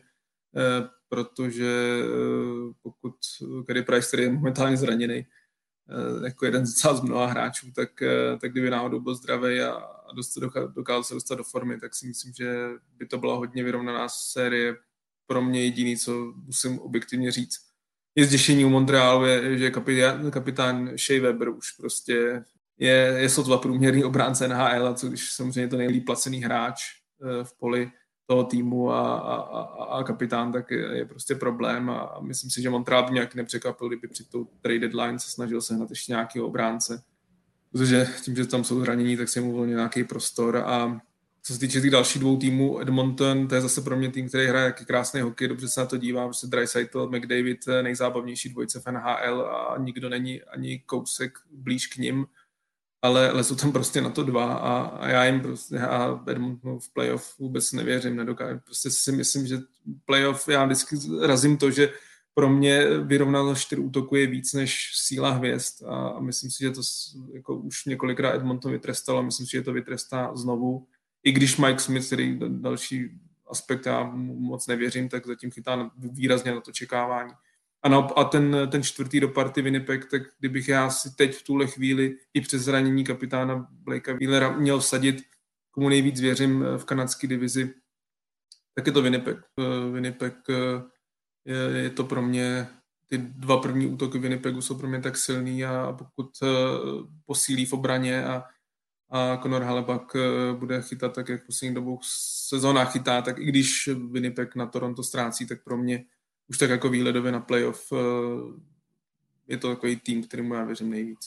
protože pokud Carey Price, který je momentálně zraněný, jako jeden z mnoha hráčů, tak kdyby náhodou byl zdravý a dokázal se dostat do formy, tak si myslím, že by to byla hodně vyrovnaná série. Pro mě jediný, co musím objektivně říct, je zděšení u Montrealu, že kapitán Shea Weber už prostě je sotva průměrný obránce NHL, a co když samozřejmě to nejlíp placený hráč v poli toho týmu a kapitán, tak je prostě problém a myslím si, že Montreal by nějak nepřekvapil, kdyby při tou trade deadline se snažil sehnat ještě nějakého obránce, protože tím, že tam jsou zranění, tak se mu uvolnil nějaký prostor. A co se týče těch dalších dvou týmů, Edmonton, to je zase pro mě tým, který hraje jaký krásný hokej, dobře se na to dívá, prostě Draisaitl, McDavid, nejzábavnější dvojce v NHL a nikdo není ani kousek blíž k nim, ale jsou tam prostě na to dva a já jim prostě Edmonton v playoff vůbec nevěřím, nedokážu. Prostě si myslím, že playoff, já vždycky razím to, že pro mě vyrovnanost 4 útoků je víc než síla hvězd a myslím si, že to jako už několikrát Edmonton vytrestalo a myslím si, že to vytrestá znovu. I když Mike Smith, který další aspekt já moc nevěřím, tak zatím chytá výrazně na to čekávání. A ten čtvrtý do party Winnipeg, tak kdybych já si teď v tuhle chvíli i přes zranění kapitána Blakea Wheelera měl vsadit, komu nejvíc věřím v kanadské divizi, tak je to Winnipeg. Winnipeg je to pro mě, ty dva první útoky Winnipegu jsou pro mě tak silný a pokud posílí v obraně a Conor Hellebuyck bude chytat tak, jak v posledních dobou sezónách chytá, tak i když Winnipeg na Toronto ztrácí, tak pro mě už tak jako výhledově na playoff je to takový tým, kterému já věřím nejvíc.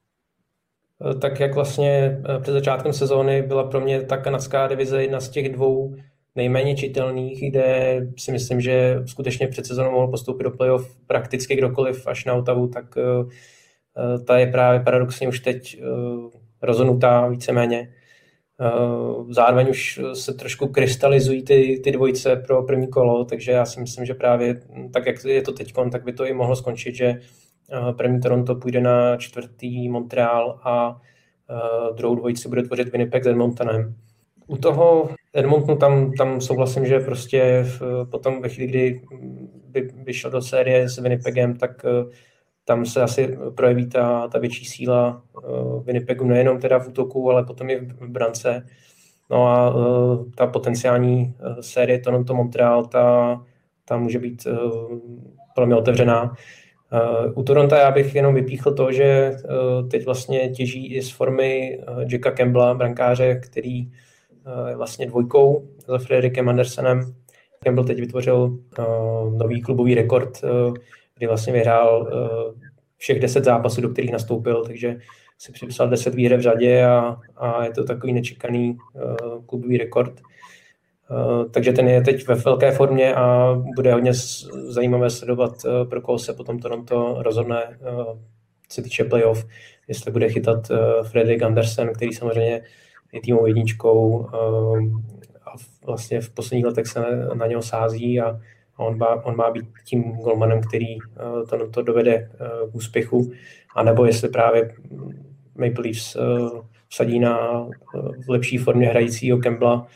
Tak jak vlastně před začátkem sezóny byla pro mě ta kanadská divize jedna z těch dvou nejméně čitelných, kde si myslím, že skutečně před sezónou mohl postoupit do playoff prakticky kdokoliv až na Ottawu, tak ta je právě paradoxně už teď rozhodnutá víceméně. Zároveň už se trošku krystalizují ty dvojice pro první kolo, takže já si myslím, že právě tak, jak je to teďkon, tak by to i mohlo skončit, že první Toronto půjde na čtvrtý Montreal a druhou dvojici bude tvořit Winnipeg s Edmontonem. U toho Edmontonu tam souhlasím, že prostě potom ve chvíli, kdy by vyšel do série s Winnipegem, tak tam se asi projeví ta větší síla Winnipegu nejenom teda v útoku, ale potom i v brance. No a ta potenciální série Toronto-Montreal, ta může být velmi otevřená. U Toronto já bych jenom vypíchl to, že teď vlastně těží i z formy Jacka Campbella, brankáře, který je vlastně dvojkou za Frederickem Andersenem. Campbell teď vytvořil nový klubový rekord, kdy vlastně vyhrál všech 10 zápasů, do kterých nastoupil, takže si připsal 10 výher v řadě a je to takový nečekaný klubový rekord. Takže ten je teď ve velké formě a bude hodně zajímavé sledovat, pro koho se potom Toronto rozhodne, se týče playoff, jestli bude chytat Frederik Andersen, který samozřejmě je týmovou jedničkou a vlastně v posledních letech se na něho sází a on má být tím golmanem, který to dovede k úspěchu, anebo jestli právě Maple Leafs vsadí na lepší formě hrajícího Campbella,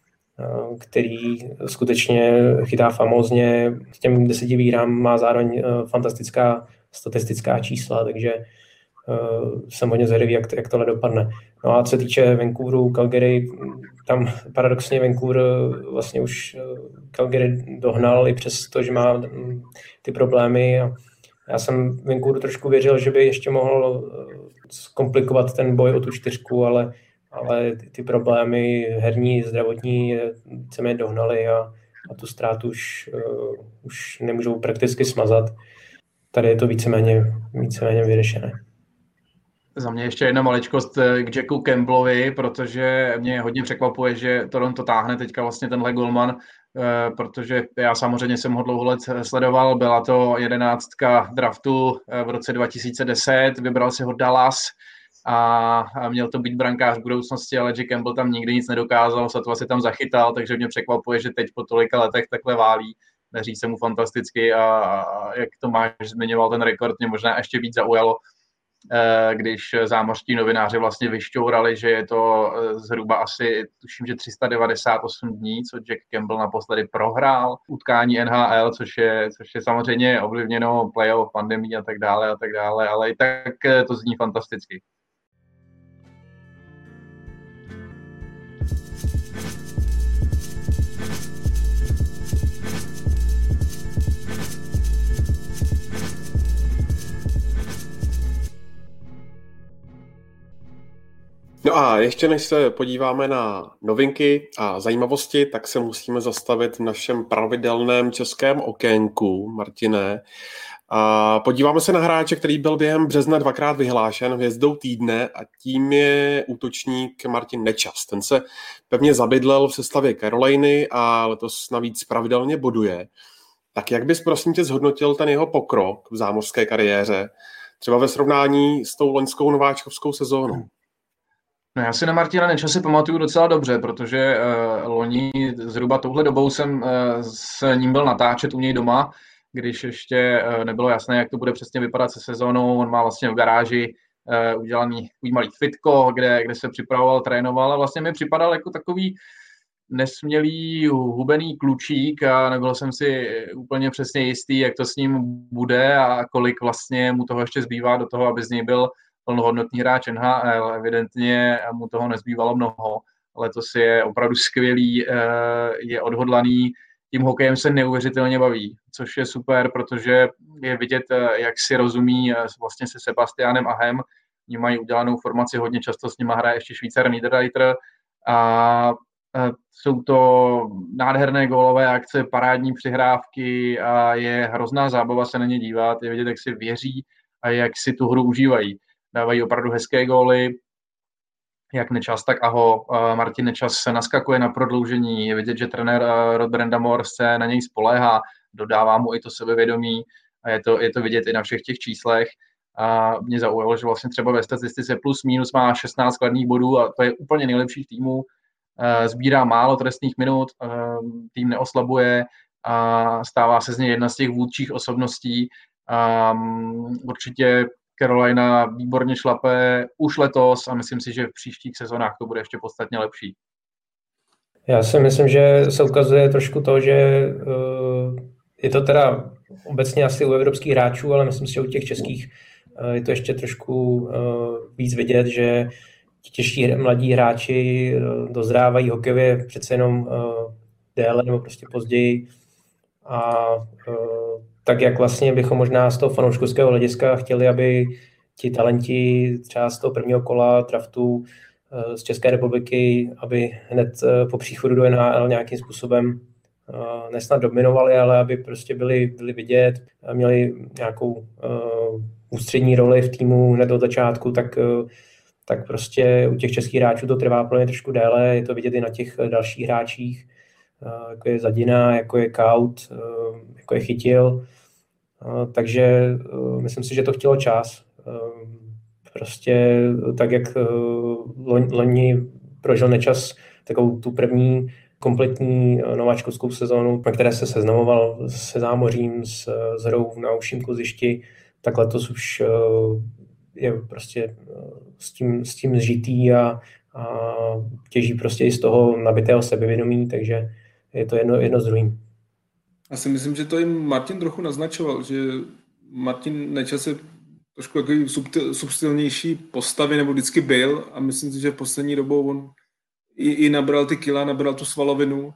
který skutečně chytá famózně. K těm 10 výhrám má zároveň fantastická statistická čísla, takže jsem hodně zvědavý, jak tohle dopadne. No a co se týče Vancouveru, Calgary, tam paradoxně Vancouver vlastně už Calgary dohnal i přes to, že má ty problémy. A já jsem Vancouveru trošku věřil, že by ještě mohl zkomplikovat ten boj o tu 4, ale ty problémy herní, zdravotní se mě dohnaly a tu ztrátu už nemůžou prakticky smazat. Tady je to víceméně vyřešené. Za mě ještě jedna maličkost k Jacku Campbellovi, protože mě hodně překvapuje, že Toronto táhne teďka vlastně tenhle golman, protože já samozřejmě jsem ho dlouho let sledoval, byla to 11. draftu v roce 2010, vybral si ho Dallas a měl to být brankář v budoucnosti, ale Jack Campbell tam nikdy nic nedokázal, Satva si tam zachytal, takže mě překvapuje, že teď po tolika letech takhle válí, daří se mu fantasticky a jak to máš zmiňoval ten rekord, mě možná ještě víc zaujalo, když zámořští novináři vlastně vyšťourali, že je to zhruba asi, tuším, že 398 dní, co Jack Campbell naposledy prohrál utkání NHL, což je samozřejmě ovlivněno playoff, pandemí a tak dále, ale i tak to zní fantasticky. No a ještě než se podíváme na novinky a zajímavosti, tak se musíme zastavit v našem pravidelném českém okénku, Martine. A podíváme se na hráče, který byl během března 2krát vyhlášen hvězdou týdne a tím je útočník Martin Nečas. Ten se pevně zabydlel v sestavě Caroliny a letos navíc pravidelně boduje. Tak jak bys prosím tě zhodnotil ten jeho pokrok v zámořské kariéře, třeba ve srovnání s tou loňskou nováčkovskou sezónou? No já si na Martina Nečase pamatuju docela dobře, protože loni zhruba touhle dobou jsem s ním byl natáčet u něj doma, když ještě nebylo jasné, jak to bude přesně vypadat se sezónou. On má vlastně v garáži udělaný malý fitko, kde se připravoval, trénoval a vlastně mi připadal jako takový nesmělý, hubený klučík a nebyl jsem si úplně přesně jistý, jak to s ním bude a kolik vlastně mu toho ještě zbývá do toho, aby z něj byl plnohodnotný hráč NHL. Evidentně mu toho nezbývalo mnoho. Letos je opravdu skvělý, je odhodlaný, tím hokejem se neuvěřitelně baví, což je super, protože je vidět, jak si rozumí vlastně se Sebastianem Ahem. Oni mají udělanou formaci, hodně často s nima hraje ještě Švýcar Niederreiter a jsou to nádherné gólové akce, parádní přihrávky a je hrozná zábava se na ně dívat, je vidět, jak si věří a jak si tu hru užívají. Dávají opravdu hezké góly, jak Nečas, tak Aho. Martin Nečas se naskakuje na prodloužení, je vidět, že trenér Rod Brind'Amour se na něj spoléhá, dodává mu i to sebevědomí a je to vidět i na všech těch číslech. A mě zaujalo, že vlastně třeba ve statistice plus minus má 16 kladných bodů a to je úplně nejlepší v týmu. Sbírá málo trestných minut, tým neoslabuje a stává se z něj jedna z těch vůdčích osobností. Určitě Carolina výborně šlape už letos a myslím si, že v příštích sezónách to bude ještě podstatně lepší. Já si myslím, že se ukazuje trošku to, že je to teda obecně asi u evropských hráčů, ale myslím si, že u těch českých je to ještě trošku víc vidět, že ti těžší mladí hráči dozrávají hokejově přece jenom déle nebo prostě později. A tak, jak vlastně bychom možná z toho fanouškovského hlediska chtěli, aby ti talenti třeba z toho prvního kola draftu z České republiky, aby hned po příchodu do NHL nějakým způsobem nesnad dominovali, ale aby prostě byli vidět, měli nějakou ústřední roli v týmu hned od začátku, tak prostě u těch českých hráčů to trvá pro ně trošku déle, je to vidět i na těch dalších hráčích, jako je Zadina, jako je Kaut, jako je Chytil. Takže myslím si, že to chtělo čas. Prostě tak, jak loni prožil Nečas takovou tu první kompletní nováčkovskou sezónu, na které se seznamoval se zámořím, s hrou na užším kluzišti, tak letos už je prostě s tím zžitý a těží prostě i z toho nabitého sebevědomí, takže je to jedno s druhým. Já si myslím, že to i Martin trochu naznačoval, že Martin Nečas je trošku takový subtilnější postavy, nebo vždycky byl, a myslím si, že v poslední dobou on i nabral ty kila, nabral tu svalovinu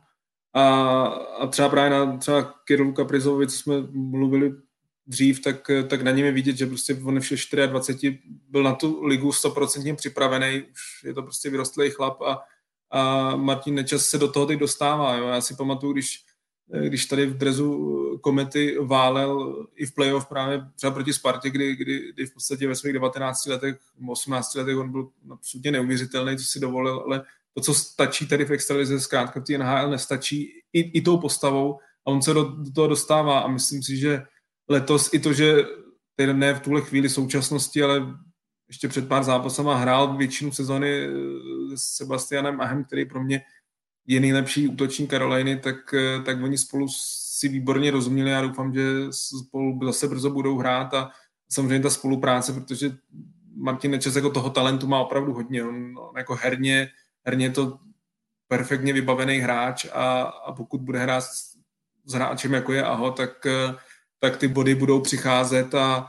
a třeba právě na třeba Kyrilu Kaprizovi, co jsme mluvili dřív, tak na něm je vidět, že prostě on je všech 24 byl na tu ligu 100% připravený, už je to prostě vyrostlý chlap a Martin Nečas se do toho teď dostává. Jo. Já si pamatuju, když tady v drezu Komety válel i v playoff právě třeba proti Spartě, kdy v podstatě ve svých 19 letech, 18 letech on byl absolutně neuvěřitelný, co si dovolil, ale to, co stačí tady v extralize, zkrátka v té NHL nestačí i tou postavou a on se do toho dostává a myslím si, že letos i to, že tedy ne v tuhle chvíli současnosti, ale ještě před pár zápasama hrál většinu sezony s Sebastianem Ahem, který pro mě je nejlepší útočník Caroliny, tak oni spolu si výborně rozuměli. Já doufám, že spolu zase brzo budou hrát a samozřejmě ta spolupráce, protože Martin Nečas jako toho talentu má opravdu hodně. On jako herně je to perfektně vybavený hráč a pokud bude hrát s hráčem, jako je Aho, tak ty body budou přicházet a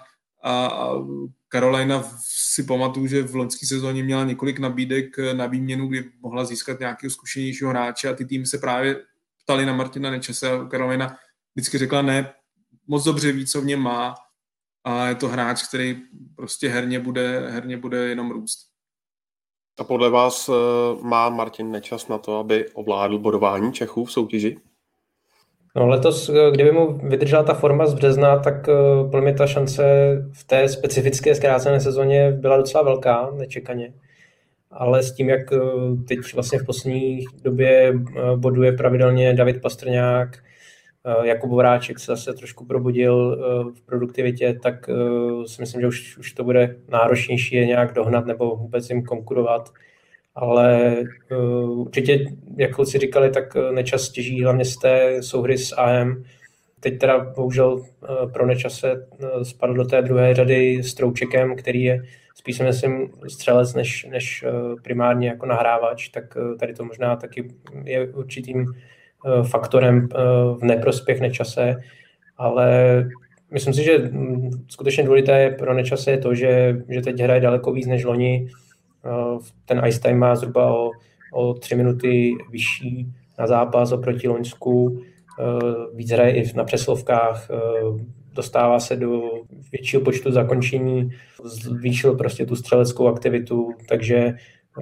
Carolina si pamatuju, že v loňské sezóně měla několik nabídek na výměnu, kdy mohla získat nějakého zkušenějšího hráče a ty týmy se právě ptali na Martina Nečase a Carolina vždycky řekla ne, moc dobře ví, co v něm má a je to hráč, který prostě herně bude jenom růst. A podle vás má Martin Nečas na to, aby ovládl bodování Čechů v soutěži? No letos, kdyby mu vydržela ta forma z března, tak pro mě ta šance v té specifické zkrácené sezóně byla docela velká, nečekaně. Ale s tím, jak teď vlastně v poslední době boduje pravidelně David Pastrňák, Jakub Voráček se zase trošku probudil v produktivitě, tak si myslím, že už to bude náročnější je nějak dohnat nebo vůbec jim konkurovat. Ale určitě, jak kluci říkali, tak Nečas těží hlavně z té souhry s AM. Teď teda bohužel pro Nečase spadl do té druhé řady s Troučekem, který je spíš si myslím střelec než primárně jako nahrávač, tak tady to možná taky je určitým faktorem v neprospěch Nečase, ale myslím si, že skutečně důležité pro Nečase je to, že teď hraje daleko víc než loni. Ten ice time má zhruba o 3 minuty vyšší na zápas oproti loňsku, víc hraje i na přeslovkách, dostává se do většího počtu zakončení, zvýšil prostě tu střeleckou aktivitu, takže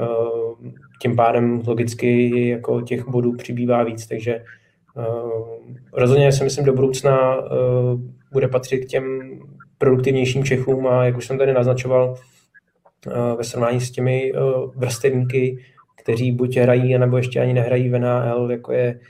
tím pádem logicky jako těch bodů přibývá víc, takže rozhodně si myslím do budoucna bude patřit k těm produktivnějším Čechům a jak už jsem tady naznačoval, ve srovnání s těmi vrstevníky, kteří buď hrají, nebo ještě ani nehrají v NHL, jako je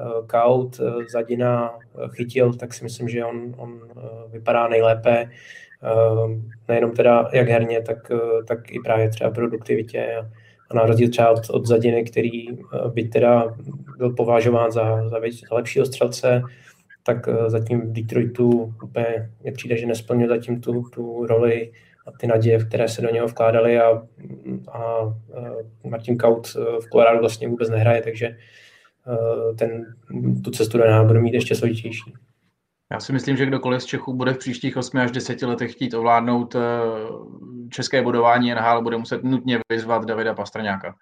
Kaut, Zadina, Chytil, tak si myslím, že on vypadá nejlépe Nejenom teda jak herně, tak i právě třeba produktivitě a na rozdíl třeba od Zadiny, který byť teda byl považován za lepšího střelce, tak zatím v Detroitu úplně mě přijde, že nesplnil zatím tu roli a ty naděje, které se do něho vkládaly a Martin Kaut v Coloradu vlastně vůbec nehraje, takže tu cestu do NHL bude mít ještě složitější. Já si myslím, že kdokoliv z Čechů bude v příštích 8 až 10 letech chtít ovládnout české bodování NHL, bude muset nutně vyzvat Davida Pastrňáka.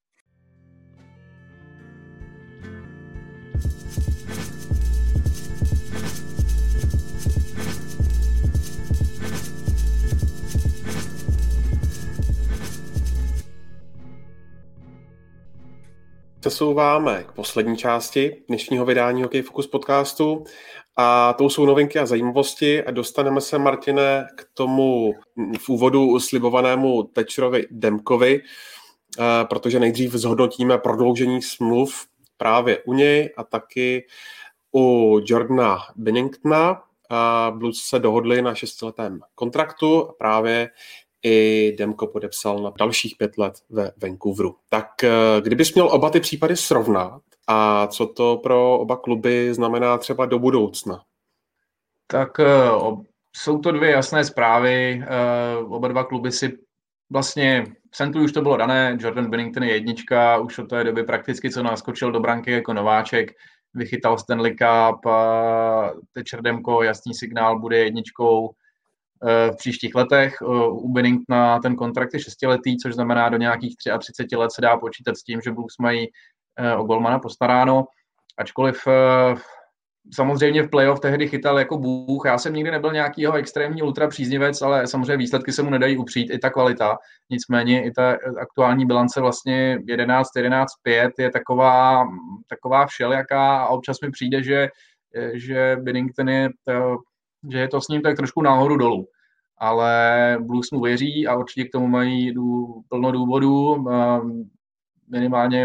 Přesouváme k poslední části dnešního vydání Hokej Focus podcastu a to jsou novinky a zajímavosti a dostaneme se, Martine, k tomu v úvodu slibovanému Thatcherovi Demkovi, protože nejdřív zhodnotíme prodloužení smluv právě u něj a taky u Jordana Binningtona. Blues se dohodli na 6letém kontraktu a právě i Demko podepsal na dalších 5 let ve Vancouveru. Tak kdybys měl oba ty případy srovnat a co to pro oba kluby znamená třeba do budoucna? Tak jsou to dvě jasné zprávy. Oba dva kluby si vlastně, v St. Louis už to bylo dané, Jordan Binnington je jednička, už od té doby prakticky co naskočil do branky jako nováček, vychytal Stanley Cup, Thatcher Demko, jasný signál, bude jedničkou v příštích letech. U Binningtona ten kontrakt je 6letý, což znamená do nějakých 33 let se dá počítat s tím, že Blues mají o golmana postaráno. Ačkoliv samozřejmě v playoff tehdy chytal jako bůh. Já jsem nikdy nebyl nějaký jeho extrémní ultra příznivec, ale samozřejmě výsledky se mu nedají upřít, i ta kvalita. Nicméně i ta aktuální bilance vlastně 11-5 je taková všelijaká a občas mi přijde, že Binnington že je to s ním tak trošku nahoru dolů. Ale Blues mu věří a určitě k tomu mají plno důvodů. Minimálně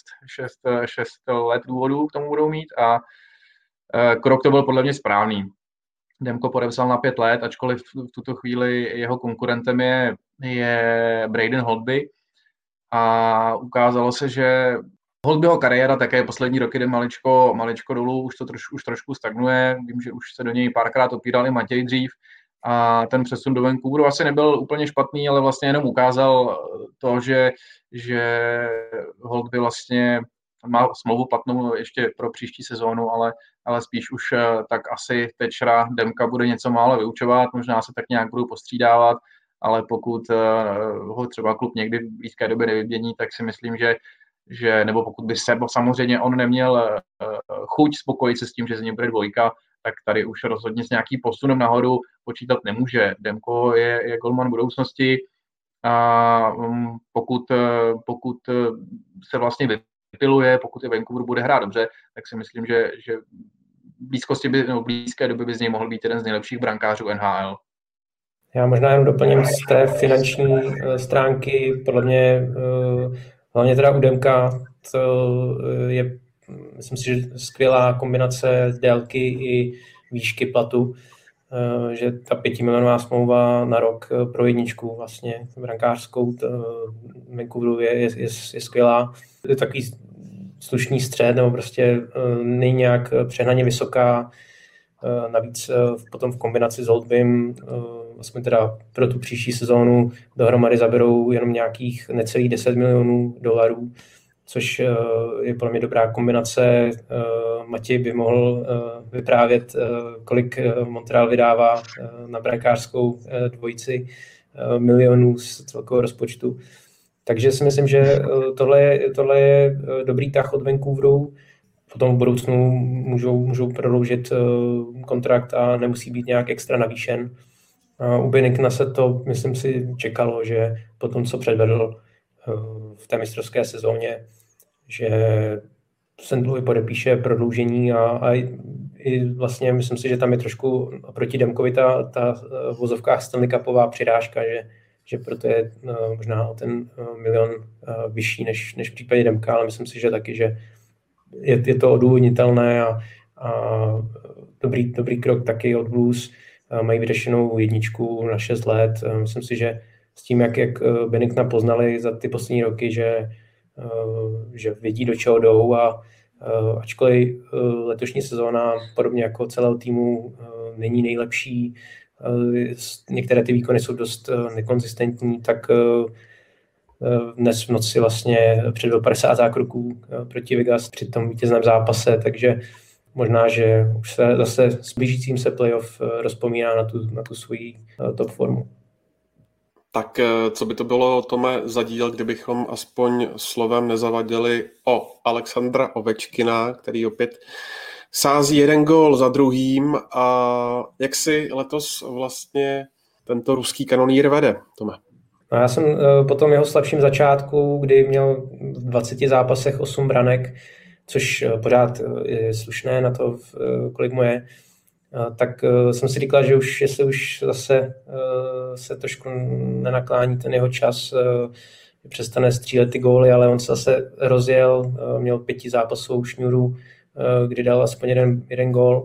6 let důvodů k tomu budou mít a krok to byl podle mě správný. Demko podepsal na 5 let, ačkoliv v tuto chvíli jeho konkurentem je Braden Holtby a ukázalo se, že Holtbyho kariéra také poslední roky jde maličko dolů, už trošku stagnuje. Vím, že už se do něj párkrát opíral i Matěj dřív a ten přesun do Vancouveru asi nebyl úplně špatný, ale vlastně jenom ukázal to, že Holtby vlastně má smlouvu platnou ještě pro příští sezónu, ale spíš už tak asi Thatchera Demka bude něco málo vyučovat, možná se tak nějak budou postřídávat, ale pokud ho třeba klub někdy v blízké době nevymění, tak si myslím, že nebo pokud by se samozřejmě on neměl chuť spokojit se s tím, že z něj bude dvojka, tak tady už rozhodně s nějakým posunem nahoru počítat nemůže. Demko je golman budoucnosti a pokud se vlastně vypiluje, pokud i Vancouver bude hrát dobře, tak si myslím, že v blízké době by z něj mohl být jeden z nejlepších brankářů NHL. Já možná jenom doplním z té finanční stránky, podle mě hlavně teda u Demka to je, myslím si, že skvělá kombinace délky i výšky platu, že ta 5milionová smlouva na rok pro jedničku vlastně brankářskou Vancouveru je skvělá. Je takový slušný střed, nebo prostě není nějak přehnaně vysoká. Navíc potom v kombinaci s Holtbym vlastně teda pro tu příští sezónu dohromady zaberou jenom nějakých necelých $10 milionů, což je pro mě dobrá kombinace. Matěj by mohl vyprávět, kolik Montreal vydává na brankářskou dvojici milionů z celkového rozpočtu. Takže si myslím, že tohle je dobrý tah od Vancouveru. Potom v budoucnu můžou prodloužit kontrakt a nemusí být nějak extra navýšen. U Binningtona se to, myslím si, čekalo, že po tom, co předvedl v té mistrovské sezóně, že St. Louis podepíše prodloužení a i vlastně myslím si, že tam je trošku proti Demkovi ta v vozovkách Stanley Cupová přirážka, že proto je možná o ten milion vyšší než v případě Demka, ale myslím si, že taky, že je to odůvodnitelné a dobrý krok taky od Blues. mají vyřešenou jedničku na 6 let. Myslím si, že s tím, jak Benigna poznali za ty poslední roky, že vědí, do čeho jdou a ačkoliv letošní sezóna, podobně jako celého týmu, není nejlepší, některé ty výkony jsou dost nekonzistentní, tak dnes v noci vlastně předvedl 50 zákroků proti Vegas při tom vítězném zápase, takže možná, že už se zase s blížícím se playoff rozpomíná na tu svoji top formu. Tak co by to bylo, Tome, za díl, kdybychom aspoň slovem nezavadili o Alexandra Ovečkina, který opět sází jeden gól za druhým. A jak si letos vlastně tento ruský kanonýr vede, Tome? No já jsem po tom jeho slabším začátku, kdy měl v 20 zápasech 8 branek, což pořád je slušné na to, kolik mu je, tak jsem si říkal, že jestli už zase se trošku nenaklání ten jeho čas, přestane střílet ty góly, ale on se zase rozjel, měl 5 zápasovou šňůru, kdy dal aspoň jeden gól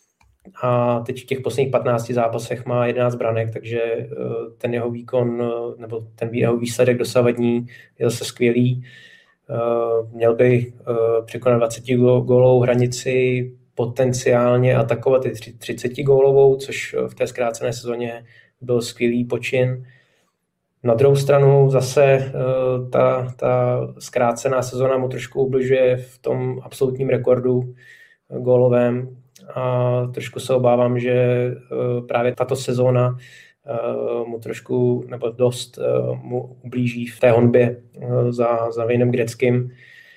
a teď v těch posledních 15 zápasech má 11 branek, takže ten jeho výkon nebo ten jeho výsledek dosavadní je zase skvělý. Měl by překonat 20 gólovou hranici, potenciálně atakovat i 30 gólovou, což v té zkrácené sezóně byl skvělý počin. Na druhou stranu zase ta zkrácená sezóna mu trošku ubližuje v tom absolutním rekordu gólovém a trošku se obávám, že právě tato sezóna mu trošku nebo dost mu ublíží v té honbě za Waynem Gretzkym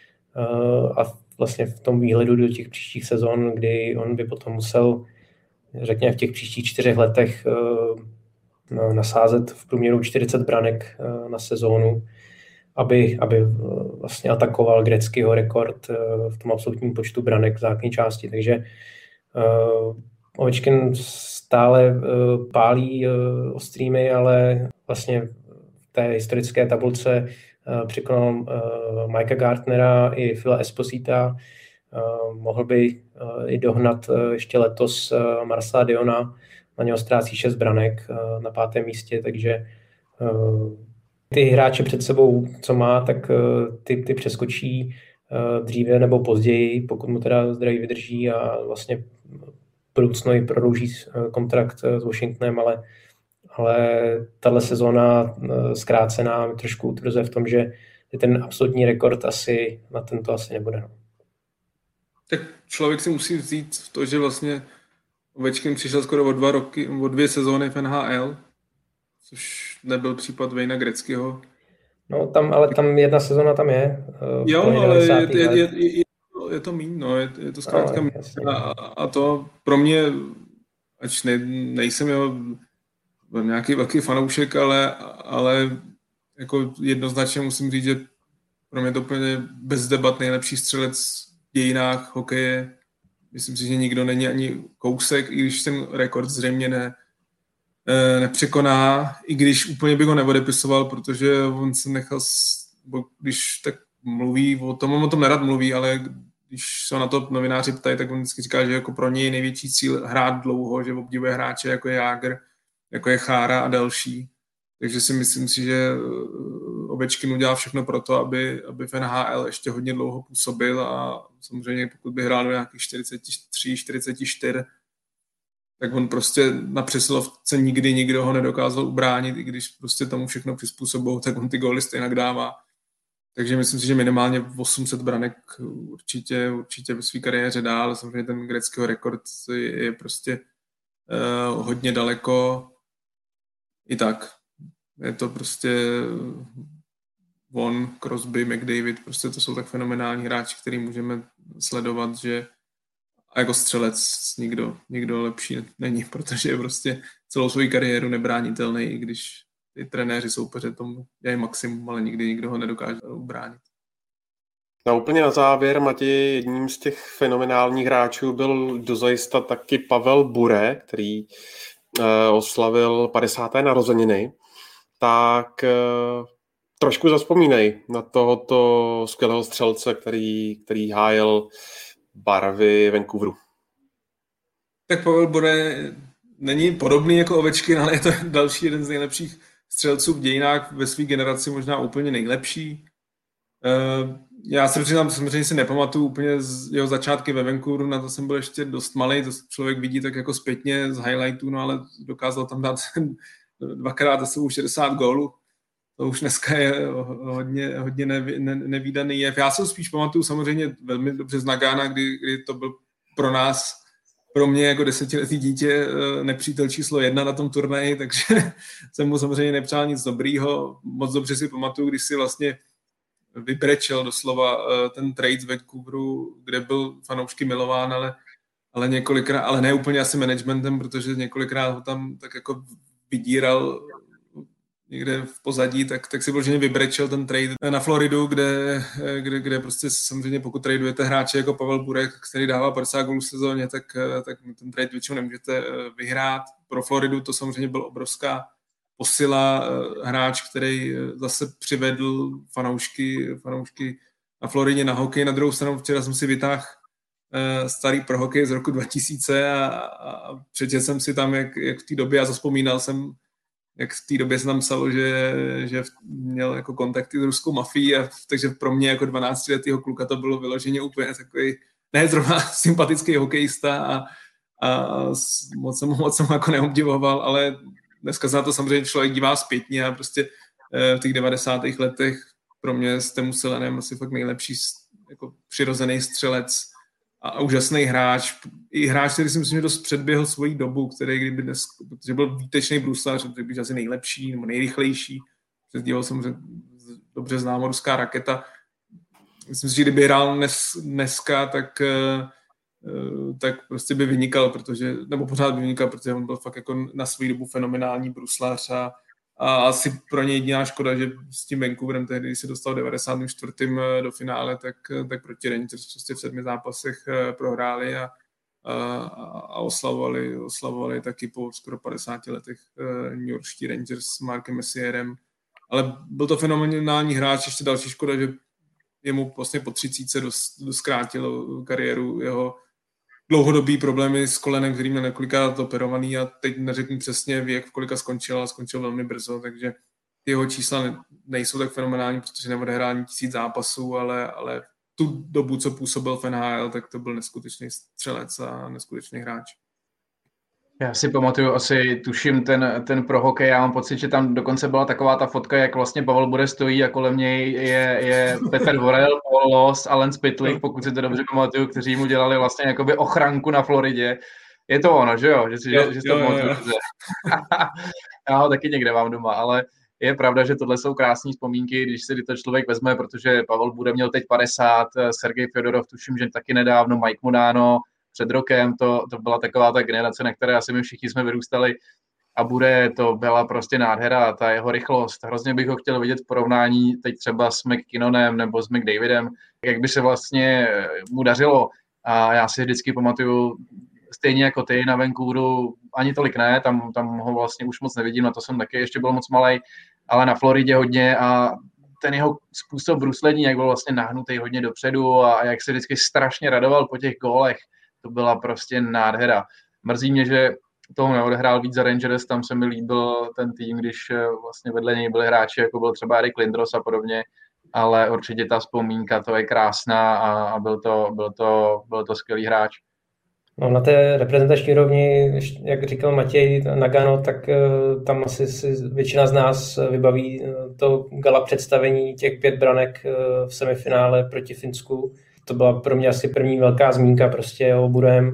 a vlastně v tom výhledu do těch příštích sezon, kdy on by potom musel, řekněme, v těch příštích 4 letech nasázet v průměru 40 branek na sezónu, aby vlastně atakoval Gretzkyho rekord v tom absolutním počtu branek v základní části. Takže Ovečkin stále pálí ostrými, ale vlastně v té historické tabulce překonal Mikea Gartnera i Phila Esposita. Mohl by i dohnat ještě letos Marcela Diona, na něho ztrácí 6 branek na 5. místě, takže ty hráče před sebou, co má, tak ty přeskočí dříve nebo později, pokud mu teda zdraví vydrží a vlastně budoucno i prodlouží kontrakt s Washingtonem, ale tahle sezóna zkrácená mi trošku utvrzuje v tom, že ten absolutní rekord asi na tento asi nebude. No. Tak člověk si musí vzít v to, že vlastně Ovečkin přišel skoro o 2 sezóny v NHL, což nebyl případ Wayna Gretzkyho. No tam jedna sezóna tam je. Jo, ale je to míň, no, je to zkrátka míň. A to pro mě, ač nejsem jeho nějaký velký fanoušek, ale jako jednoznačně musím říct, že pro mě to úplně bez debat nejlepší střelec v dějinách hokeje. Myslím si, že nikdo není ani kousek, i když ten rekord zřejmě nepřekoná, i když úplně bych ho neodepisoval, protože on se nechal, když tak mluví, o tom nerad mluví, ale když se na to novináři ptají, tak on vždycky říká, že jako pro něj je největší cíl hrát dlouho, že obdivuje hráče jako je Jágr, jako je Chára a další. Takže si myslím si, že Ovečkin udělal všechno pro to, aby v NHL ještě hodně dlouho působil a samozřejmě pokud by hrál do nějakých 43, 44, tak on prostě na přesilovce nikdy nikdo ho nedokázal ubránit, i když prostě tomu všechno přizpůsobou, tak on ty góly stejně dává. Takže myslím si, že minimálně 800 branek určitě ve své kariéře dá, ale samozřejmě ten Gretzkyho rekord je prostě hodně daleko. I tak. Je to prostě Von, Crosby, McDavid, prostě to jsou tak fenomenální hráči, který můžeme sledovat, že a jako střelec nikdo lepší není, protože je prostě celou svou kariéru nebránitelný, i když ty trenéři soupeře tomu dělají maximum, ale nikdy nikdo ho nedokáže ubránit. A úplně na závěr, Matěj, jedním z těch fenomenálních hráčů byl dozajista taky Pavel Bure, který oslavil 50. narozeniny. Tak trošku zavzpomínej na tohoto skvělého střelce, který hájil barvy Vancouveru. Tak Pavel Bure není podobný jako Ovečkin, ale je to další jeden z nejlepších střelců v dějinách, ve své generaci možná úplně nejlepší. Já se přiznám, samozřejmě si nepamatuju úplně z jeho začátky ve Vancouveru, na to jsem byl ještě dost malý, to člověk vidí tak jako zpětně z highlightů, no ale dokázal tam dát dvakrát za sebou 60 gólů. To už dneska je hodně nevídaný jev. Já se spíš pamatuju samozřejmě velmi dobře z Nagana, kdy to byl pro mě jako 10letý dítě nepřítel číslo 1 na tom turnaji, takže jsem mu samozřejmě nepřál nic dobrýho. Moc dobře si pamatuju, když si vlastně vybrečel doslova ten trade z Vancouveru, kde byl fanoušky milován, ale několikrát, ale ne úplně asi managementem, protože několikrát ho tam tak jako vydíral někde v pozadí, tak si vloženě vybrečel ten trade na Floridu, kde prostě samozřejmě pokud tradujete hráče jako Pavel Burek, který dává 50 gólů v sezóně, tak ten trade většinou nemůžete vyhrát. Pro Floridu to samozřejmě byl obrovská posila, hráč, který zase přivedl fanoušky na Floridě na hokej. Na druhou stranu včera jsem si vytáhl starý pro hokej z roku 2000 a přečetl jsem si tam, jak v té době, a zaspomínal jsem, jak v té době se tam psalo, že měl jako kontakty s ruskou mafií, takže pro mě jako 12letýho kluka to bylo vyloženě úplně takový ne zrovna sympatický hokejista a moc jsem jako neobdivoval, ale dneska se na to samozřejmě člověk dívá zpětně a prostě v těch 90. letech pro mě s Teemu Selenem asi fakt nejlepší jako přirozený střelec a úžasný hráč. I hráč, který si myslím, že dost předběhl svoji dobu, který kdyby dnes, protože byl výtečný bruslař, řekl bych asi nejlepší nebo nejrychlejší. Díval jsem, že dobře známá ruská raketa. Myslím si, že kdyby hrál dneska, tak prostě by vynikal, nebo pořád by vynikal, protože on byl fakt jako na svou dobu fenomenální bruslař a asi pro něj jediná škoda, že s tím Vancouverem tehdy, když se dostal 94. do finále, tak proti Rangers prostě v 7 zápasech prohráli a oslavovali taky po skoro 50 letech New Yorkští Rangers s Markem Messierem. Ale byl to fenomenální hráč, ještě další škoda, že jemu vlastně po 30 dost zkrátilo kariéru jeho dlouhodobý problémy s kolenem, který měl několikrát operovaný a teď neřeknu přesně věk, v kolika skončil, ale skončil velmi brzo, takže ty jeho čísla nejsou tak fenomenální, protože neodehrál ani 1000 zápasů, ale tu dobu, co působil v NHL, tak to byl neskutečný střelec a neskutečný hráč. Já si pamatuju, tuším ten pro hokej, já mám pocit, že tam dokonce byla taková ta fotka, jak vlastně Pavel Bure stojí a kolem něj je Petr Vorel, Paul Loss, Alan Spitlich, pokud si to dobře pamatuju, kteří mu dělali vlastně jakoby ochranku na Floridě. Je to ono, že jo? Že to pamatuju. Já ho taky někde mám doma, ale je pravda, že tohle jsou krásné vzpomínky, když si to člověk vezme, protože Pavel Bure měl teď 50, Sergej Fjodorov, tuším, že taky nedávno, Mike Modano, před rokem, to byla taková ta generace, na které asi my všichni jsme vyrůstali a Bure, to byla prostě nádhera, ta jeho rychlost. Hrozně bych ho chtěl vidět v porovnání teď třeba s McKinnonem nebo s McDavidem, jak by se vlastně mu dařilo. A já si vždycky pamatuju, stejně jako ty na Vancouveru, ani tolik ne, tam ho vlastně už moc nevidím, na to jsem taky ještě byl moc malej, ale na Floridě hodně a ten jeho způsob bruslení, jak byl vlastně nahnutý hodně dopředu a jak se vždycky strašně radoval po těch gólech, to byla prostě nádhera. Mrzí mě, že toho neodehrál víc za Rangers, tam se mi líbil ten tým, když vlastně vedle něj byli hráči, jako byl třeba Erik Lindros a podobně, ale určitě ta vzpomínka, to je krásná a byl to skvělý hráč. No, na té reprezentační rovni, jak říkal Matěj Nagano, tak tam asi si většina z nás vybaví to gala představení těch 5 branek v semifinále proti Finsku. To byla pro mě asi první velká zmínka prostě o Burem,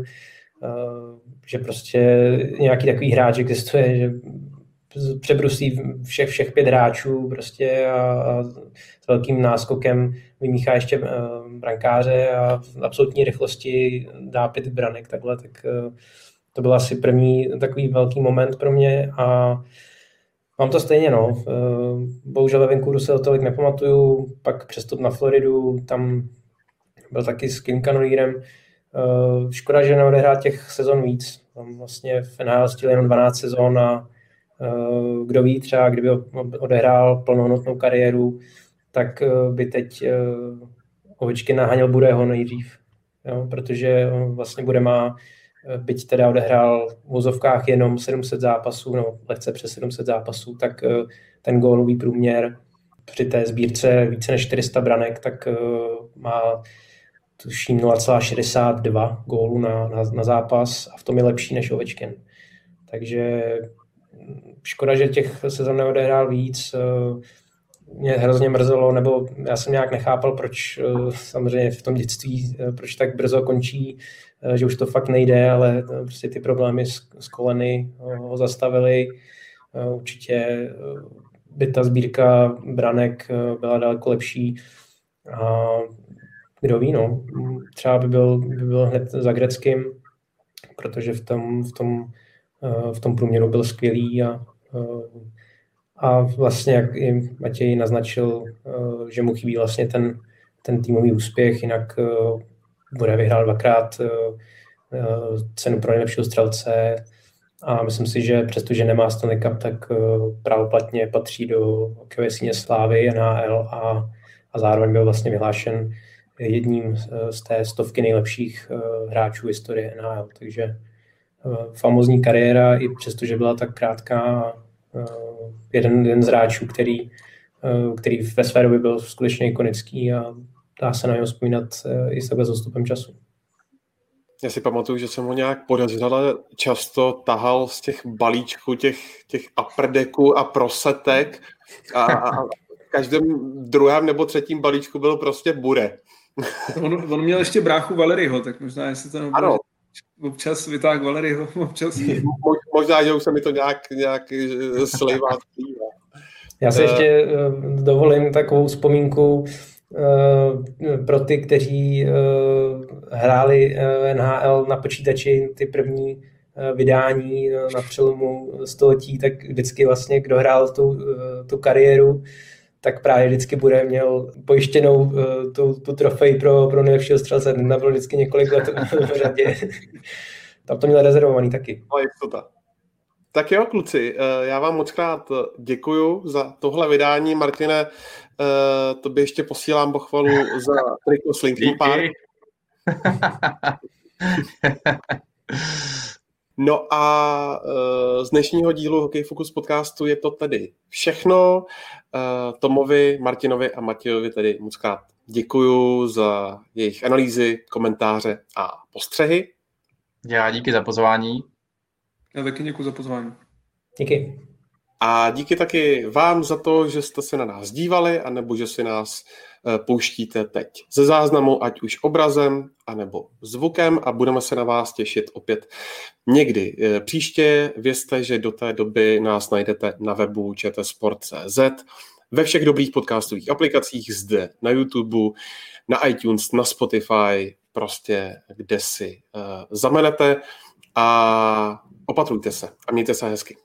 že prostě nějaký takový hráč existuje, že přebruslí všech 5 hráčů prostě a s velkým náskokem vymíchá ještě brankáře a v absolutní rychlosti dá 5 branek takhle, tak to byl asi první takový velký moment pro mě a mám to stejně, no. Bohužel ve Vancouveru se o tolik nepamatuju, pak přestup na Floridu, tam byl taky s Kim Canonierem. Škoda, že neodehrál těch sezon víc. Tam vlastně v NHL stil jenom 12 sezon a kdo ví, třeba kdyby odehrál plnohodnotnou kariéru, tak by teď Ovečkin naháněl Bureho nejdřív. Jo? Protože on vlastně Bure má byť teda odehrál v vozovkách jenom 700 zápasů, no lehce přes 700 zápasů, tak ten gólový průměr při té sbírce více než 400 branek, tak má tuším 0,62 gólů na zápas a v tom je lepší než Ovečkin. Takže škoda, že těch sezon neodehrál víc. Mě hrozně mrzelo, nebo já jsem nějak nechápal, proč samozřejmě v tom dětství, proč tak brzo končí, že už to fakt nejde, ale prostě ty problémy s koleny ho zastavily. Určitě by ta sbírka branek byla daleko lepší. A kdo ví, no, třeba by byl hned za Greckým, protože v tom průměru byl skvělý a vlastně, jak i Matěj naznačil, že mu chybí vlastně ten týmový úspěch, jinak bude vyhrál 2krát cenu pro nejlepšího střelce a myslím si, že přestože nemá Stanley Cup, tak právoplatně patří do hokejové síně slávy NHL a zároveň byl vlastně vyhlášen jedním z té 100 nejlepších hráčů historie NHL, takže famózní kariéra, i přestože byla tak krátká, jeden z hráčů, který ve své době byl skutečně ikonický a dá se na něho vzpomínat i s takhle zastupem času. Já si pamatuju, že jsem ho nějak podezřele často tahal z těch balíčků, těch upper decků a prosetek a v každém druhém nebo třetím balíčku byl prostě bude. On měl ještě bráchu Valeryho, tak možná, jestli to nebude... Ano. Občas vytáhl Valeryho, občas... Možná, že už se mi to nějak slejvá. Já se ještě dovolím takovou vzpomínku pro ty, kteří hráli NHL na počítači, ty první vydání na přelomu století, tak vždycky vlastně, kdo hrál tu kariéru, tak právě vždycky měl pojištěnou tu trofej pro nejlepšího střelce. To bylo vždycky několik let v řadě. Tam to měl rezervovaný taky. No, jistota. Tak jo, kluci, já vám mockrát děkuju za tohle vydání. Martine, tobě ještě posílám pochvalu za triko s Linkin Park. No a z dnešního dílu Hokej Focus podcastu je to tedy všechno. Tomovi, Martinovi a Matějovi tedy mockrát děkuju za jejich analýzy, komentáře a postřehy. Já díky za pozvání. Já taky děkuji za pozvání. Díky. A díky taky vám za to, že jste se na nás dívali, anebo že si nás pouštíte teď ze záznamu, ať už obrazem, anebo zvukem a budeme se na vás těšit opět někdy příště. Vězte, že do té doby nás najdete na webu čtsport.cz, ve všech dobrých podcastových aplikacích, zde na YouTube, na iTunes, na Spotify, prostě kde si zamenete a opatrujte se a mějte se hezky.